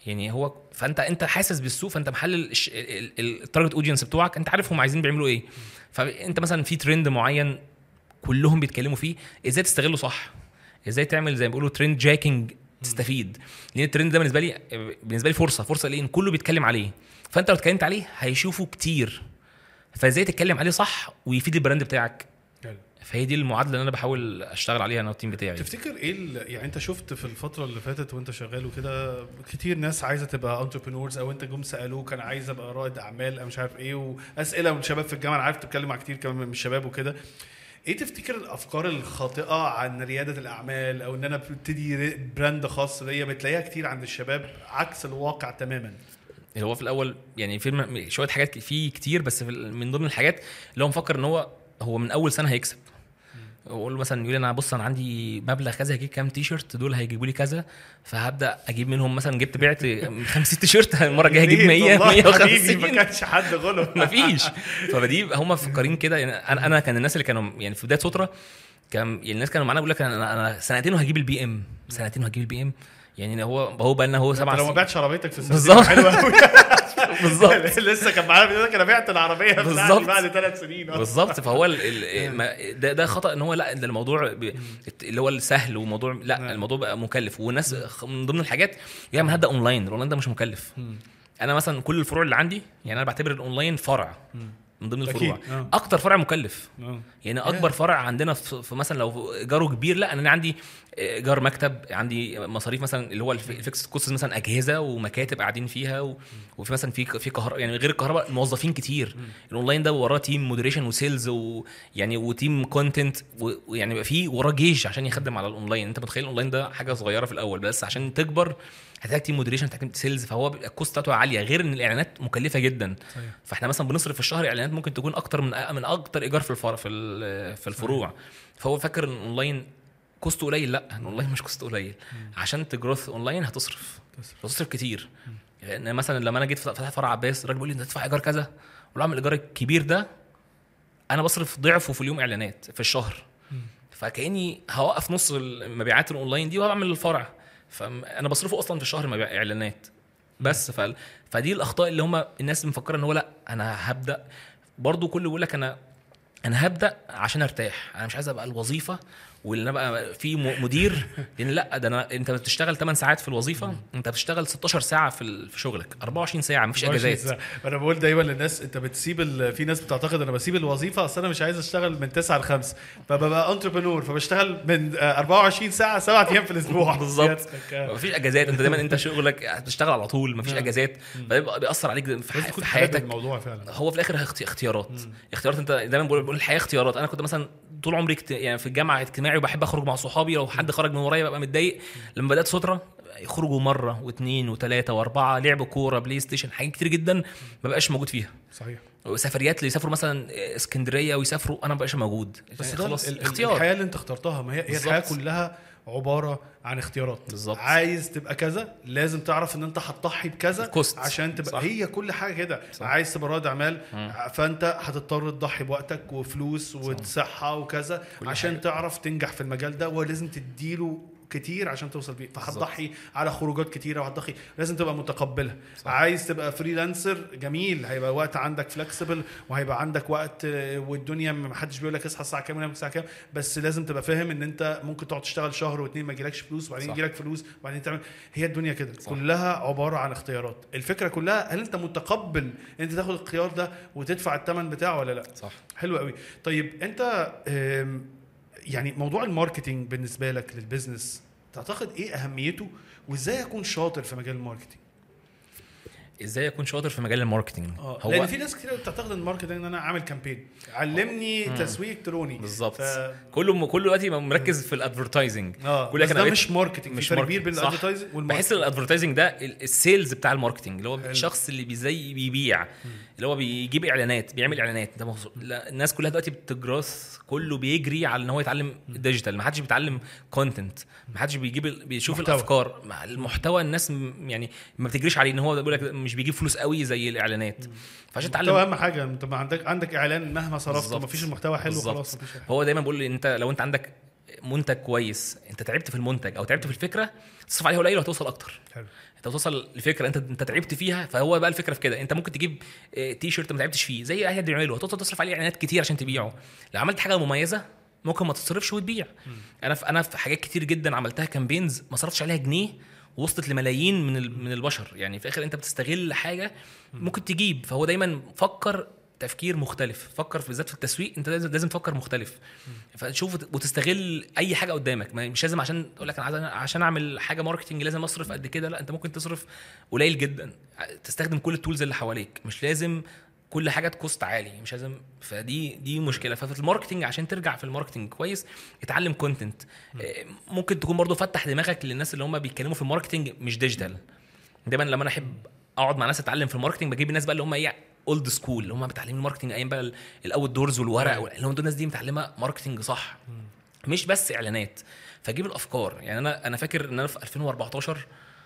يعني هو فانت انت حاسس بالسوق، فانت محلل التارجت اودينس بتوعك، انت عارف هم عايزين بيعملوا ايه. فانت مثلا في ترند معين كلهم بيتكلموا فيه، ازاي تستغله صح، ازاي تعمل زي ما بيقولوا ترند جاكينج تستفيد. لان الترند ده بالنسبه لي بالنسبه لي فرصه فرصه لان كله بيتكلم عليه، فانت لو اتكلمت عليه هيشوفوا كتير، فازاي تتكلم عليه صح ويفيد البراند بتاعك. فهي دي المعادله اللي انا بحاول اشتغل عليها انا والتيم بتاعي. تفتكر ايه يعني انت شفت في الفتره اللي فاتت وانت شغال وكده كتير ناس عايزه تبقى انتربرينورز، او انت جم سالوك انا عايز ابقى رائد اعمال او مش عارف ايه، واسئله من شباب في الجامعه، انا عارف تتكلم مع كتير كمان من الشباب وكده، ايه تفتكر الافكار الخاطئه عن رياده الاعمال او ان انا ابتدي براند خاص بيا بتلاقيها كتير عند الشباب عكس الواقع تماما؟ اللي هو في الاول يعني في شويه حاجات فيه كتير، بس من ضمن الحاجات اللي هو مفكر ان هو هو من اول سنه هيكسب. اقول مثلا يقول انا بص انا عندي مبلغ كذا، هجيب كام تيشرت دول هيجيبوا لي كذا، فهبدا اجيب منهم مثلا جبت بعت خمسين تيشرت، المره الجايه هجيب مية مية وخمسين. ما كانش حد غلط مفيش. فدي هم مفكرين كده يعني. انا انا كان الناس اللي كانوا يعني في بدايه فتره كان يعني الناس كانوا معانا بيقول لك انا انا سنتين وهجيب البي ام، سنتين وهجيب البي ام. يعني هو هو بقى لنا هو سبع سنين. لو ما بعتش عربيتك في السنه حلوه قوي بالظبط. لسه كان معايا بيقول لك انا بعت العربيه بتاعتي بعد ثلاث سنين بالظبط. فهو ده ده خطا ان هو لا ده الموضوع اللي هو السهل وموضوع لا الموضوع بقى مكلف. والناس من ضمن الحاجات يعني هبدا اونلاين، الاونلاين ده مش مكلف. انا مثلا كل الفروع اللي عندي يعني انا بعتبر الاونلاين فرع من ضمن الفروع. اكتر فرع مكلف يعني اكبر فرع عندنا في مثلا لو ايجاره كبير، لا انا عندي ايجار مكتب، عندي مصاريف مثلا اللي هو الفيكس كوست مثلا اجهزه ومكاتب قاعدين فيها، وفي مثلا في في كهرباء يعني غير الكهرباء موظفين كتير. الاونلاين ده وراه تيم مودريشن وسيلز ويعني وتيم كونتنت، ويعني يبقى فيه وراه جيش عشان يخدم على الاونلاين. انت متخيل الاونلاين ده حاجه صغيره في الاول، بس عشان تكبر هتحتاج تيم مودريشن، هتحتاج سيلز، فهو بيبقى الكوست بتاعته عاليه، غير ان الاعلانات مكلفه جدا. صحيح. فاحنا مثلا بنصرف في الشهر اعلانات ممكن تكون اكتر من من اكتر ايجار في الفرع في في الفروع. صحيح. فهو فاكر ان اونلاين كوست قليل، لا الاونلاين مش كوست قليل. عشان تجروث اونلاين هتصرف هتصرف كتير. لان يعني مثلا لما انا جيت فتحت فرع عباس، الراجل بيقول لي انت تدفع ايجار كذا، ولا اعمل الايجار الكبير ده انا بصرف ضعفه في اليوم اعلانات في الشهر. فكاني هوقف نص المبيعات الاونلاين دي وهعمل الفرع، فانا بصرفه اصلا في الشهر مبيع اعلانات بس. ف... فدي الاخطاء اللي هم الناس مفكره ان هو لا انا هبدا. برضو كله يقول لك انا انا هبدا عشان ارتاح، انا مش عايز ابقى الوظيفه واللي انا بقى في مدير. لان لا ده أنا انت بتشتغل ثماني ساعات في الوظيفه، انت بتشتغل ستاشر ساعه في في شغلك، اربعة وعشرين ساعه مفيش اجازات. انا بقول دايما للناس انت بتسيب ال... في ناس بتعتقد انا بسيب الوظيفه اصل انا مش عايز اشتغل من تسعة ل خمسة، فببقى انتربرنور فبشتغل من اربعة وعشرين ساعه سبعة ايام في الاسبوع بالظبط. مفيش اجازات، انت دايما انت شغلك بتشتغل على طول، مفيش اجازات، فبيبقى بيأثر عليك في, في حياتك. الموضوع فعلا هو في الاخر اختيارات. مم. اختيارات. انت دايما بقول الحياه اختيارات. انا كنت مثلا طول عمري يعني في الجامعه اجتماعي وبحب اخرج مع صحابي، لو حد خرج من ورايا ببقى متضايق. لما بدات ستره يخرجوا مره واثنين وثلاثه واربعه، لعبوا كوره، بلاي ستيشن، حاجات كتير جدا ما بقاش موجود فيها. صحيح. سفريات اللي يسافروا مثلا اسكندريه ويسافروا، انا ما بقاش موجود. بس خلاص الاختيار، الحياه اللي انت اخترتها ما هي, هي الحياه كلها عباره عن اختيارات. بالزبط. عايز تبقى كذا لازم تعرف ان انت هتضحي بكذا عشان تبقى. صح. هي كل حاجه كده. عايز تبقى رائد اعمال فانت هتضطر تضحي بوقتك وفلوس وصحه وكذا عشان حاجة. تعرف تنجح في المجال ده، ولازم تديله كتير عشان توصل بيه. فهتضحي على خروجات كتيره وهتضحي، لازم تبقى متقبلها. صح. عايز تبقى فريلانسر جميل، هيبقى وقت عندك فلكسبل وهيبقى عندك وقت، والدنيا ما حدش بيقول لك اصحى الساعه كام ونام الساعه كام، بس لازم تبقى فاهم ان انت ممكن تقعد تشتغل شهر واثنين ما يجيلكش فلوس، وبعدين يجيلك فلوس، وبعدين تعمل. هي الدنيا كده. صح. كلها عباره عن اختيارات. الفكره كلها هل انت متقبل ان انت تاخد الخيار ده وتدفع الثمن بتاعه ولا لا؟ صح. حلو قوي. طيب انت يعني موضوع الماركتينج بالنسبه لك للبيزنس تعتقد ايه اهميته، وازاي اكون شاطر في مجال الماركتينج؟ ازاي اكون شاطر في مجال الماركتينج؟ هو لان في ناس كتير بتعتقد ان الماركتينج ان انا اعمل كامبين، علمني مم. تسويق الكتروني. بالظبط. ف... كله كله دلوقتي مركز في الادفرتايزنج. اه بس ده مش ماركتينج، مش فرق كبير بين الادفرتايزنج والماركتينج. بحس الادفرتايزنج ده السيلز بتاع الماركتينج، اللي هو الشخص اللي بيزي بيبيع، اللي هو بيجيب اعلانات، بيعمل اعلانات. ده مخصوص. الناس كلها دلوقتي بتجرث، كله بيجري على ان هو يتعلم الديجيتال، ما حدش بيتعلم كونتنت، ما حدش بيجيب بيشوف محتوى. الافكار مع المحتوى. الناس يعني ما بتجريش عليه ان هو بيقول لك مش بيجيب فلوس قوي زي الاعلانات. فعشان تتعلم اهم حاجه انت ما عندك عندك اعلان مهما صرفت ما فيش المحتوى حلو خلاص. هو دايما بيقول لي انت لو انت عندك منتج كويس انت تعبت في المنتج او تعبت في الفكره تصرف عليها قليل وهتوصل اكتر. حلو. انت توصل لفكره انت انت تعبت فيها. فهو بقى الفكره في كده انت ممكن تجيب تي شيرت ما تعبتش فيه زي اي حد بيعمله هتوصل تصرف عليه اعلانات كتير عشان تبيعه. لو عملت حاجه مميزه ممكن ما تصرفش وتبيع. انا في انا في حاجات كتير جدا عملتها كامبينز ما صرفتش عليها جنيه وصلت لملايين من من البشر. يعني في اخر انت بتستغل حاجه ممكن تجيب. فهو دايما فكر تفكير مختلف. فكر في بالذات في التسويق انت لازم لازم تفكر مختلف. فتشوف وتستغل اي حاجه قدامك. مش لازم عشان اقول لك انا عشان اعمل حاجه ماركتنج لازم اصرف قد كده. لا انت ممكن تصرف قليل جدا. تستخدم كل التولز اللي حواليك. مش لازم كل حاجه تكوست عالي. مش لازم. فدي دي مشكله. ففي الماركتنج عشان ترجع في الماركتنج كويس اتعلم كونتنت. ممكن تكون برضو فتح دماغك للناس اللي هم بيتكلموا في الماركتنج مش ديجيتال. دايما لما انا احب اقعد مع ناس اتعلم في الماركتنج بجيب الناس بقى اللي هم ايه اولد سكول اللي هم متعلمين الماركتنج ايام بقى الاول دورز والورق اللي هم دول الناس دي متعلمه ماركتنج صح مش بس اعلانات. فاجيب الافكار. يعني انا انا فاكر ان انا في ألفين وأربعتاشر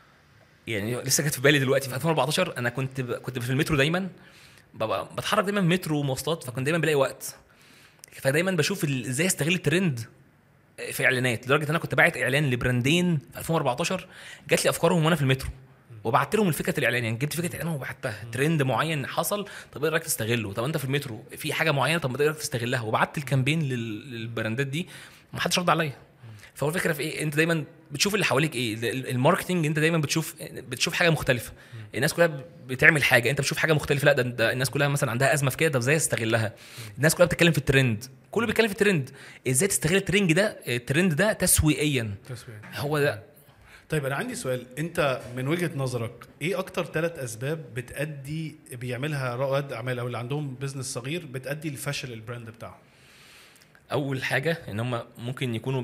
يعني لسه جت في بالي دلوقتي. في ألفين وأربعتاشر انا كنت ب... كنت في المترو دايما ببقى بتحرك دايما مترو ومواصلات. فكنت دايما بلاقي وقت. فدايما بشوف ازاي استغل الترند في اعلانات. لدرجه ان انا كنت باعت اعلان لبراندين في ألفين وأربعتاشر جات لي افكارهم وانا في المترو وبعت لهم الفكره الاعلان. يعني جبت فكره اعلان وبعتها. ترند معين حصل طب ايه رايك تستغله. طب انت في المترو في حاجه معينه طب ما ايه رايك تستغلها. وبعت الكامبين للبراندات دي ما حدش رد عليا. فهو الفكره في ايه انت دايما بتشوف اللي حواليك ايه. الماركتنج انت دايما بتشوف بتشوف حاجه مختلفه. الناس كلها بتعمل حاجه انت بتشوف حاجه مختلفه. لا ده, ده الناس كلها مثلا عندها ازمه في كده طب ازاي استغلها. الناس كلها بتتكلم في الترند. كله بيتكلم في الترند. ازاي تستغل الترند ده الترند ده تسويقيا. تسويق. هو ده. طيب انا عندي سؤال. انت من وجهة نظرك ايه اكتر ثلاث اسباب بتأدي بيعملها رائد اعمال او اللي عندهم بزنس صغير بتأدي لفشل البراند بتاعهم؟ اول حاجه ان هم ممكن يكونوا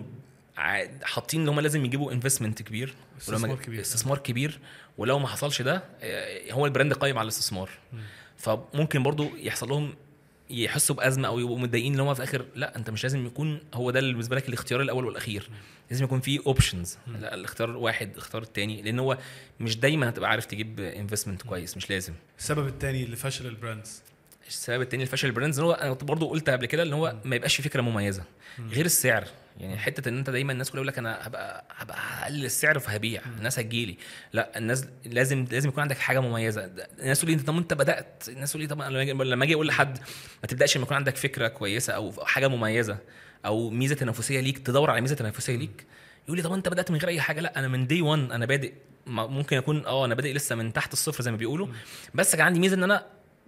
حاطين ان هم لازم يجيبوا انفستمنت كبير استثمار كبير استثمار كبير ولو ما حصلش ده هو البراند قايم على الاستثمار. فممكن برضو يحصل لهم يحسوا بازمه او يبقوا متضايقين ان هم في اخر لا انت مش لازم يكون هو ده بالنسبه لك الاختيار الاول والاخير. لازم يكون فيه اوبشنز. لا الاختيار واحد اختار الثاني لان هو مش دايما هتبقى عارف تجيب انفستمنت كويس. مش لازم. السبب الثاني لفشل البراندز السبب الثاني لفشل البراندز هو انا برضو قلت قبل كده ان هو ما يبقاش في فكره مميزه غير السعر. يعني حته ان انت دايما الناس كلها يقول لك انا هبقى هبقى هقلل السعر فهبيع الناس هتجيلي. لا الناس لازم لازم يكون عندك حاجه مميزه. الناس تقول لي انت طب انت بدات. الناس تقول لي طب لما اجي اقول لحد ما تبداش لما يكون عندك فكره كويسه او حاجه مميزه او ميزه تنافسيه ليك تدور على ميزه تنافسيه ليك. يقول لي طب انت بدات من غير اي حاجه. لا انا من دي واحد انا بادئ. ممكن اكون اه انا بادئ لسه من تحت الصفر زي ما بيقولوا بس كان عندي ميزه ان انا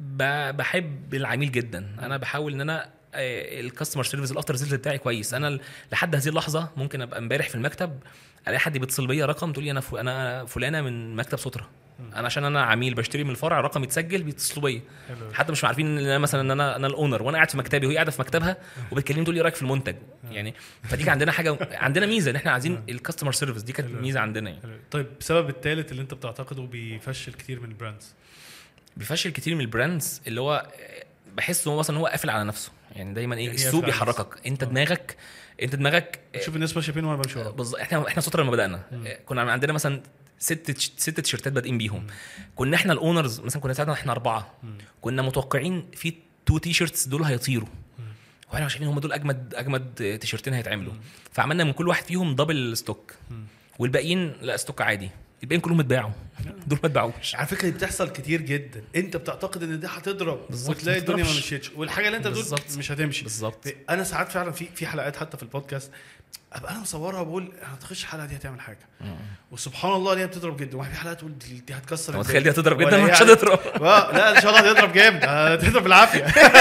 بحب العميل جدا. انا بحاول ان انا الكاستمر سيرفيس الافتر سيلز بتاعي كويس. انا لحد هذه اللحظه ممكن ابقى امبارح في المكتب الاقي حد بيتصل بيا رقم تقول لي انا انا فلانه من مكتب سترة. انا عشان انا عميل بشتري من الفرع رقم يتسجل بيتصلوا بيا حتى مش عارفين ان انا مثلا ان انا انا الاونر وانا قاعد في مكتبي وهي قاعده في مكتبها وبتكلمني تقول لي رايك في المنتج. يعني فدي عندنا حاجه عندنا ميزه ان احنا عايزين الكاستمر سيرفيس دي كانت ميزه عندنا يعني. طيب السبب الثالث اللي انت بتعتقده بيفشل كتير من البراندز؟ بيفشل كتير من البراندز اللي هو بحس هو مثلا هو قافل على نفسه. يعني دايما ايه يعني السوق بيحركك انت دماغك انت دماغك شوف الناس ماشيه فين وانا بمشي ورا. بالظبط. احنا احنا سترة لما بدانا كنا عندنا مثلا ست ست تيشرتات بادئين بيهم. مم. كنا احنا الاونرز مثلا كنا ساعتها احنا اربعه. مم. كنا متوقعين في تو تيشرتس دول هيطيروا واحنا شايفين هم دول اجمد اجمد تيشرتين هيتعملوا. مم. فعملنا من كل واحد فيهم دبل ستوك. مم. والباقيين لا ستوك عادي. الباقيين كلهم اتباعوا دول ما اتباعوش. على فكره دي بتحصل كتير جدا. انت بتعتقد ان دي هتضرب وتلاقي الدنيا ما مشيتش والحاجه اللي انت بتقول مش هتمشي بالظبط. انا ساعات فعلا في في حلقات حتى في البودكاست ابقى انا مصورها بقول هتخش الحلقه دي هتعمل حاجه مم. وسبحان الله اللي هي بتضرب جدا. وفي حلقات تقول دي هتكسر تخيل دي هتضرب جدا مش هتضرب. لا ان شاء الله هتضرب جامد هتضرب بالعافيه.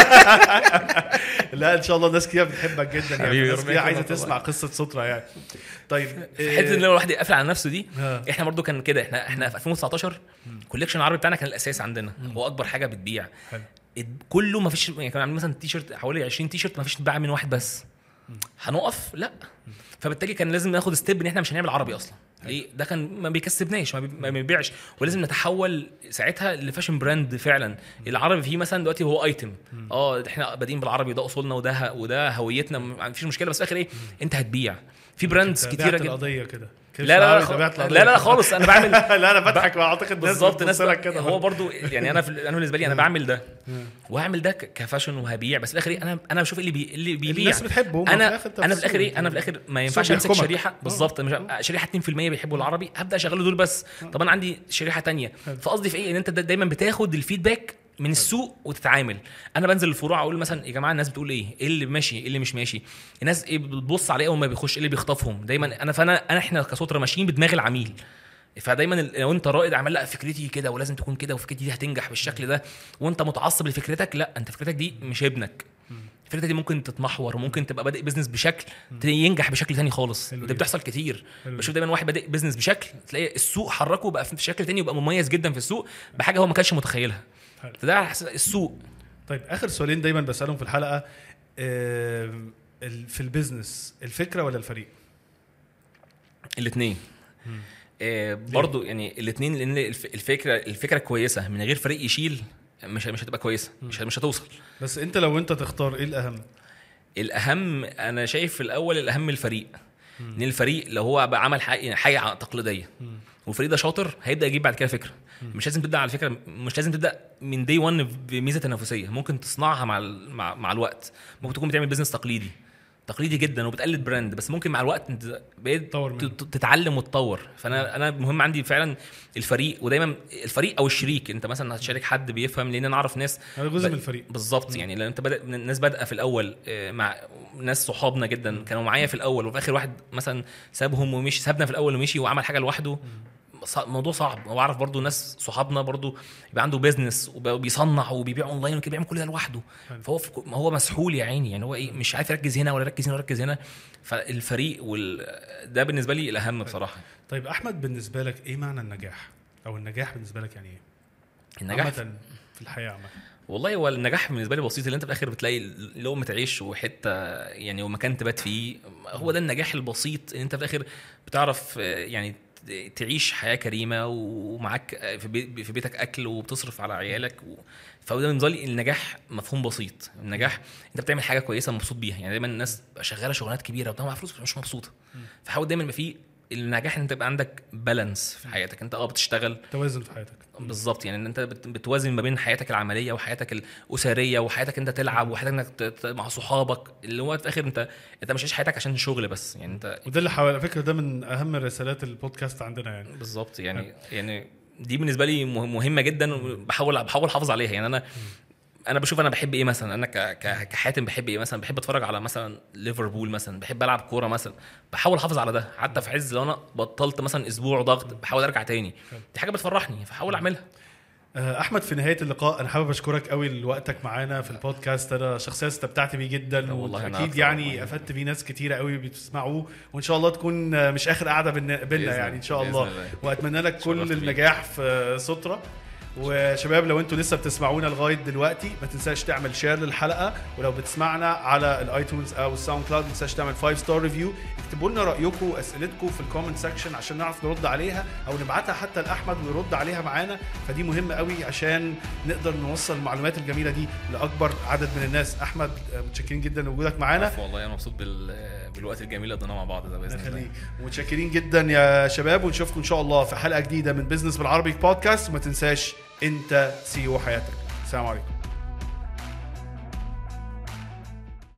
لا ان شاء الله الناس كتير بتحبك جدا يعني الناس كتير عايزه تسمع قصه سترة يعني. طيب حته ان الواحد يقفل على نفسه دي ها. احنا برضو كان كده. احنا احنا في ألفين وتسعتاشر الكوليكشن العربي بتاعنا كان الاساس عندنا هو اكبر حاجه بتبيع. حلو. كله ما فيش يعني كانوا عاملين مثلا تي شيرت حوالي عشرين تي شيرت ما فيش اتباع من واحد بس. هنقف لا. فبالتالي كان لازم ناخد ستيب ان احنا مش هنعمل عربي اصلا. ليه ده كان ما بيكسبناش ما بيبيعش ولازم نتحول ساعتها لفاشن براند فعلا. العربي فيه مثلا دلوقتي هو ايتم اه احنا بادئين بالعربي وده اصولنا وده وده هويتنا ما فيش مشكله بس في اخر ايه انت هتبيع. في براندز كتيره جدا. القضيه كده لا لا لا, لا لا خالص انا بعمل لا انا بضحك اعتقد بالظبط ناس كده. هو برضو يعني انا في انا بالنسبه لي انا بعمل ده وهعمل ده كفاشن وهبيع، بس في الاخر انا انا بشوف اللي بي اللي بيبيع الناس بتحبه. انا انا في الاخر ايه انا في الاخر ما ينفعش امسك شريحه بالظبط شريحه اتنين في المية بيحبوا العربي ابدا اشغله دول بس. طب انا عندي شريحه تانية. فقصدي في ايه ان انت دايما بتاخد الفيدباك من السوق وتتعامل. انا بنزل الفروع اقول مثلا يا جماعه الناس بتقول ايه ايه اللي ماشي ايه اللي مش ماشي، الناس ايه بتبص عليه اول ما بيخش ايه اللي بيخطفهم دايما. انا فانا انا احنا كسوتره ماشيين بدماغ العميل. فدايما لو انت رائد عمال لا فكرتي كده ولازم تكون كده وفكرتي دي هتنجح بالشكل ده وانت متعصب لفكرتك، لا انت فكرتك دي مش ابنك. فكرتك دي ممكن تتمحور وممكن تبقى بادئ بيزنس بشكل ينجح بشكل تاني خالص. ده بتحصل كتير. بشوف دايما واحد بادئ بيزنس بشكل تلاقي السوق حركه بقى في شكل تاني وبقى مميز جدا في السوق بحاجه هو ما كانش متخيلها. ده السوق. طيب اخر سؤالين دايما بسالهم في الحلقه، في البيزنس الفكره ولا الفريق؟ الاثنين آه برضو يعني الاثنين، لان الفكره الفكره كويسه من غير فريق يشيل مش مش هتبقى كويسه، مش مش هتوصل. بس انت لو انت تختار ايه الاهم؟ الاهم انا شايف في الاول الاهم الفريق. ان الفريق لو هو بقى عمل حاجه حاجه تقليديه والفريق ده شاطر هيبدا يجيب بعد كده فكره. مش لازم تبدا على فكره مش لازم تبدا من دي واحد بميزه تنافسيه، ممكن تصنعها مع مع, مع الوقت. ممكن تكون بتعمل بيزنس تقليدي تقليدي جدا وبتقلد براند، بس ممكن مع الوقت انت بقيت تتعلم وتطور. فانا انا مهم عندي فعلا الفريق، ودايما الفريق او الشريك. انت مثلا هتشارك حد بيفهم، لان انا اعرف ناس جزء من الفريق بالظبط. يعني لان انت بدأ الناس بدأ في الاول مع ناس صحابنا جدا كانوا معايا في الاول، وفي اخر واحد مثلا سابهم ومشي، سابنا في الاول ومشي وعمل حاجه لوحده. موضوع صعب. واعرف برضو ناس صحابنا برضو يبقى عنده بيزنس وبيصنع وبيبيع اونلاين وكده بيعمل كل ده لوحده، فهو هو مسحول يا عيني. يعني هو ايه مش عارف يركز هنا ولا يركز هنا ولا يركز هنا. فالفريق وال... ده بالنسبه لي الاهم بصراحه. طيب احمد بالنسبه لك ايه معنى النجاح، او النجاح بالنسبه لك يعني ايه النجاح في الحياه عامه؟ والله هو النجاح بالنسبه لي بسيط، اللي انت في الاخر بتلاقي لقمه عيش وحته يعني ومكان تبات فيه. هو ده النجاح البسيط، ان انت في الاخر بتعرف يعني تعيش حياه كريمه ومعاك في بيتك اكل وبتصرف على عيالك و... فده بالنسبه لي النجاح مفهوم بسيط. النجاح انت بتعمل حاجه كويسه مبسوط بيها. يعني دايما الناس شغاله شغلانات كبيره وبتاخد فلوس مش مبسوطه. فحاول دايما يبقى في النجاح ان انت تبقى عندك بالانس في حياتك. انت اه بتشتغل توازن في حياتك بالظبط. يعني ان انت بتوازن ما بين حياتك العمليه وحياتك الاسريه وحياتك انت تلعب وحياتك انك مع صحابك، اللي هو في الاخر انت انت مش عايش حياتك عشان شغل بس. يعني انت وده اللي حوالي فكره ده من اهم رسالات البودكاست عندنا يعني بالظبط. يعني يعني دي بالنسبه لي مهمه جدا وبحاول بحاول احافظ عليها. يعني انا انا بشوف انا بحب ايه مثلا. انا كحاتم بحب ايه مثلا. بحب اتفرج على مثلا ليفربول مثلا، بحب العب كوره مثلا، بحاول احافظ على ده حتى في عز لو انا بطلت مثلا اسبوع ضغط بحاول ارجع تاني. دي حاجه بتفرحني فحاول اعملها. احمد في نهايه اللقاء انا حابب اشكرك قوي لوقتك معانا في البودكاست. انا شخصيا استمتعت بيه جدا واكيد يعني افدت بيه ناس كتيره قوي بتسمعوه، وان شاء الله تكون مش اخر قعده بينا يعني ان شاء الله. واتمنى لك كل النجاح في سترة. وشباب لو انتوا لسه بتسمعونا لغايه دلوقتي ما تنساش تعمل شير للحلقه، ولو بتسمعنا على الايتونز او الساوند كلاود ما تنساش تعمل خمسة ستار ريفيو. اكتبوا لنا رايكم واسئلتكم في الكومنت سيكشن عشان نعرف نرد عليها، او نبعتها حتى لاحمد ويرد عليها معانا. فدي مهمه قوي عشان نقدر نوصل المعلومات الجميله دي لاكبر عدد من الناس. احمد متشكرين جدا لوجودك معانا. والله انا مبسوط بال... بالوقت الجميل اللي قضيناه مع بعض ده باذن الله. متشكرين جدا يا شباب، ونشوفكم ان شاء الله في حلقه جديده من بيزنس بالعربي بودكاست. وما تنساش انت سي او حياتك. السلام عليكم.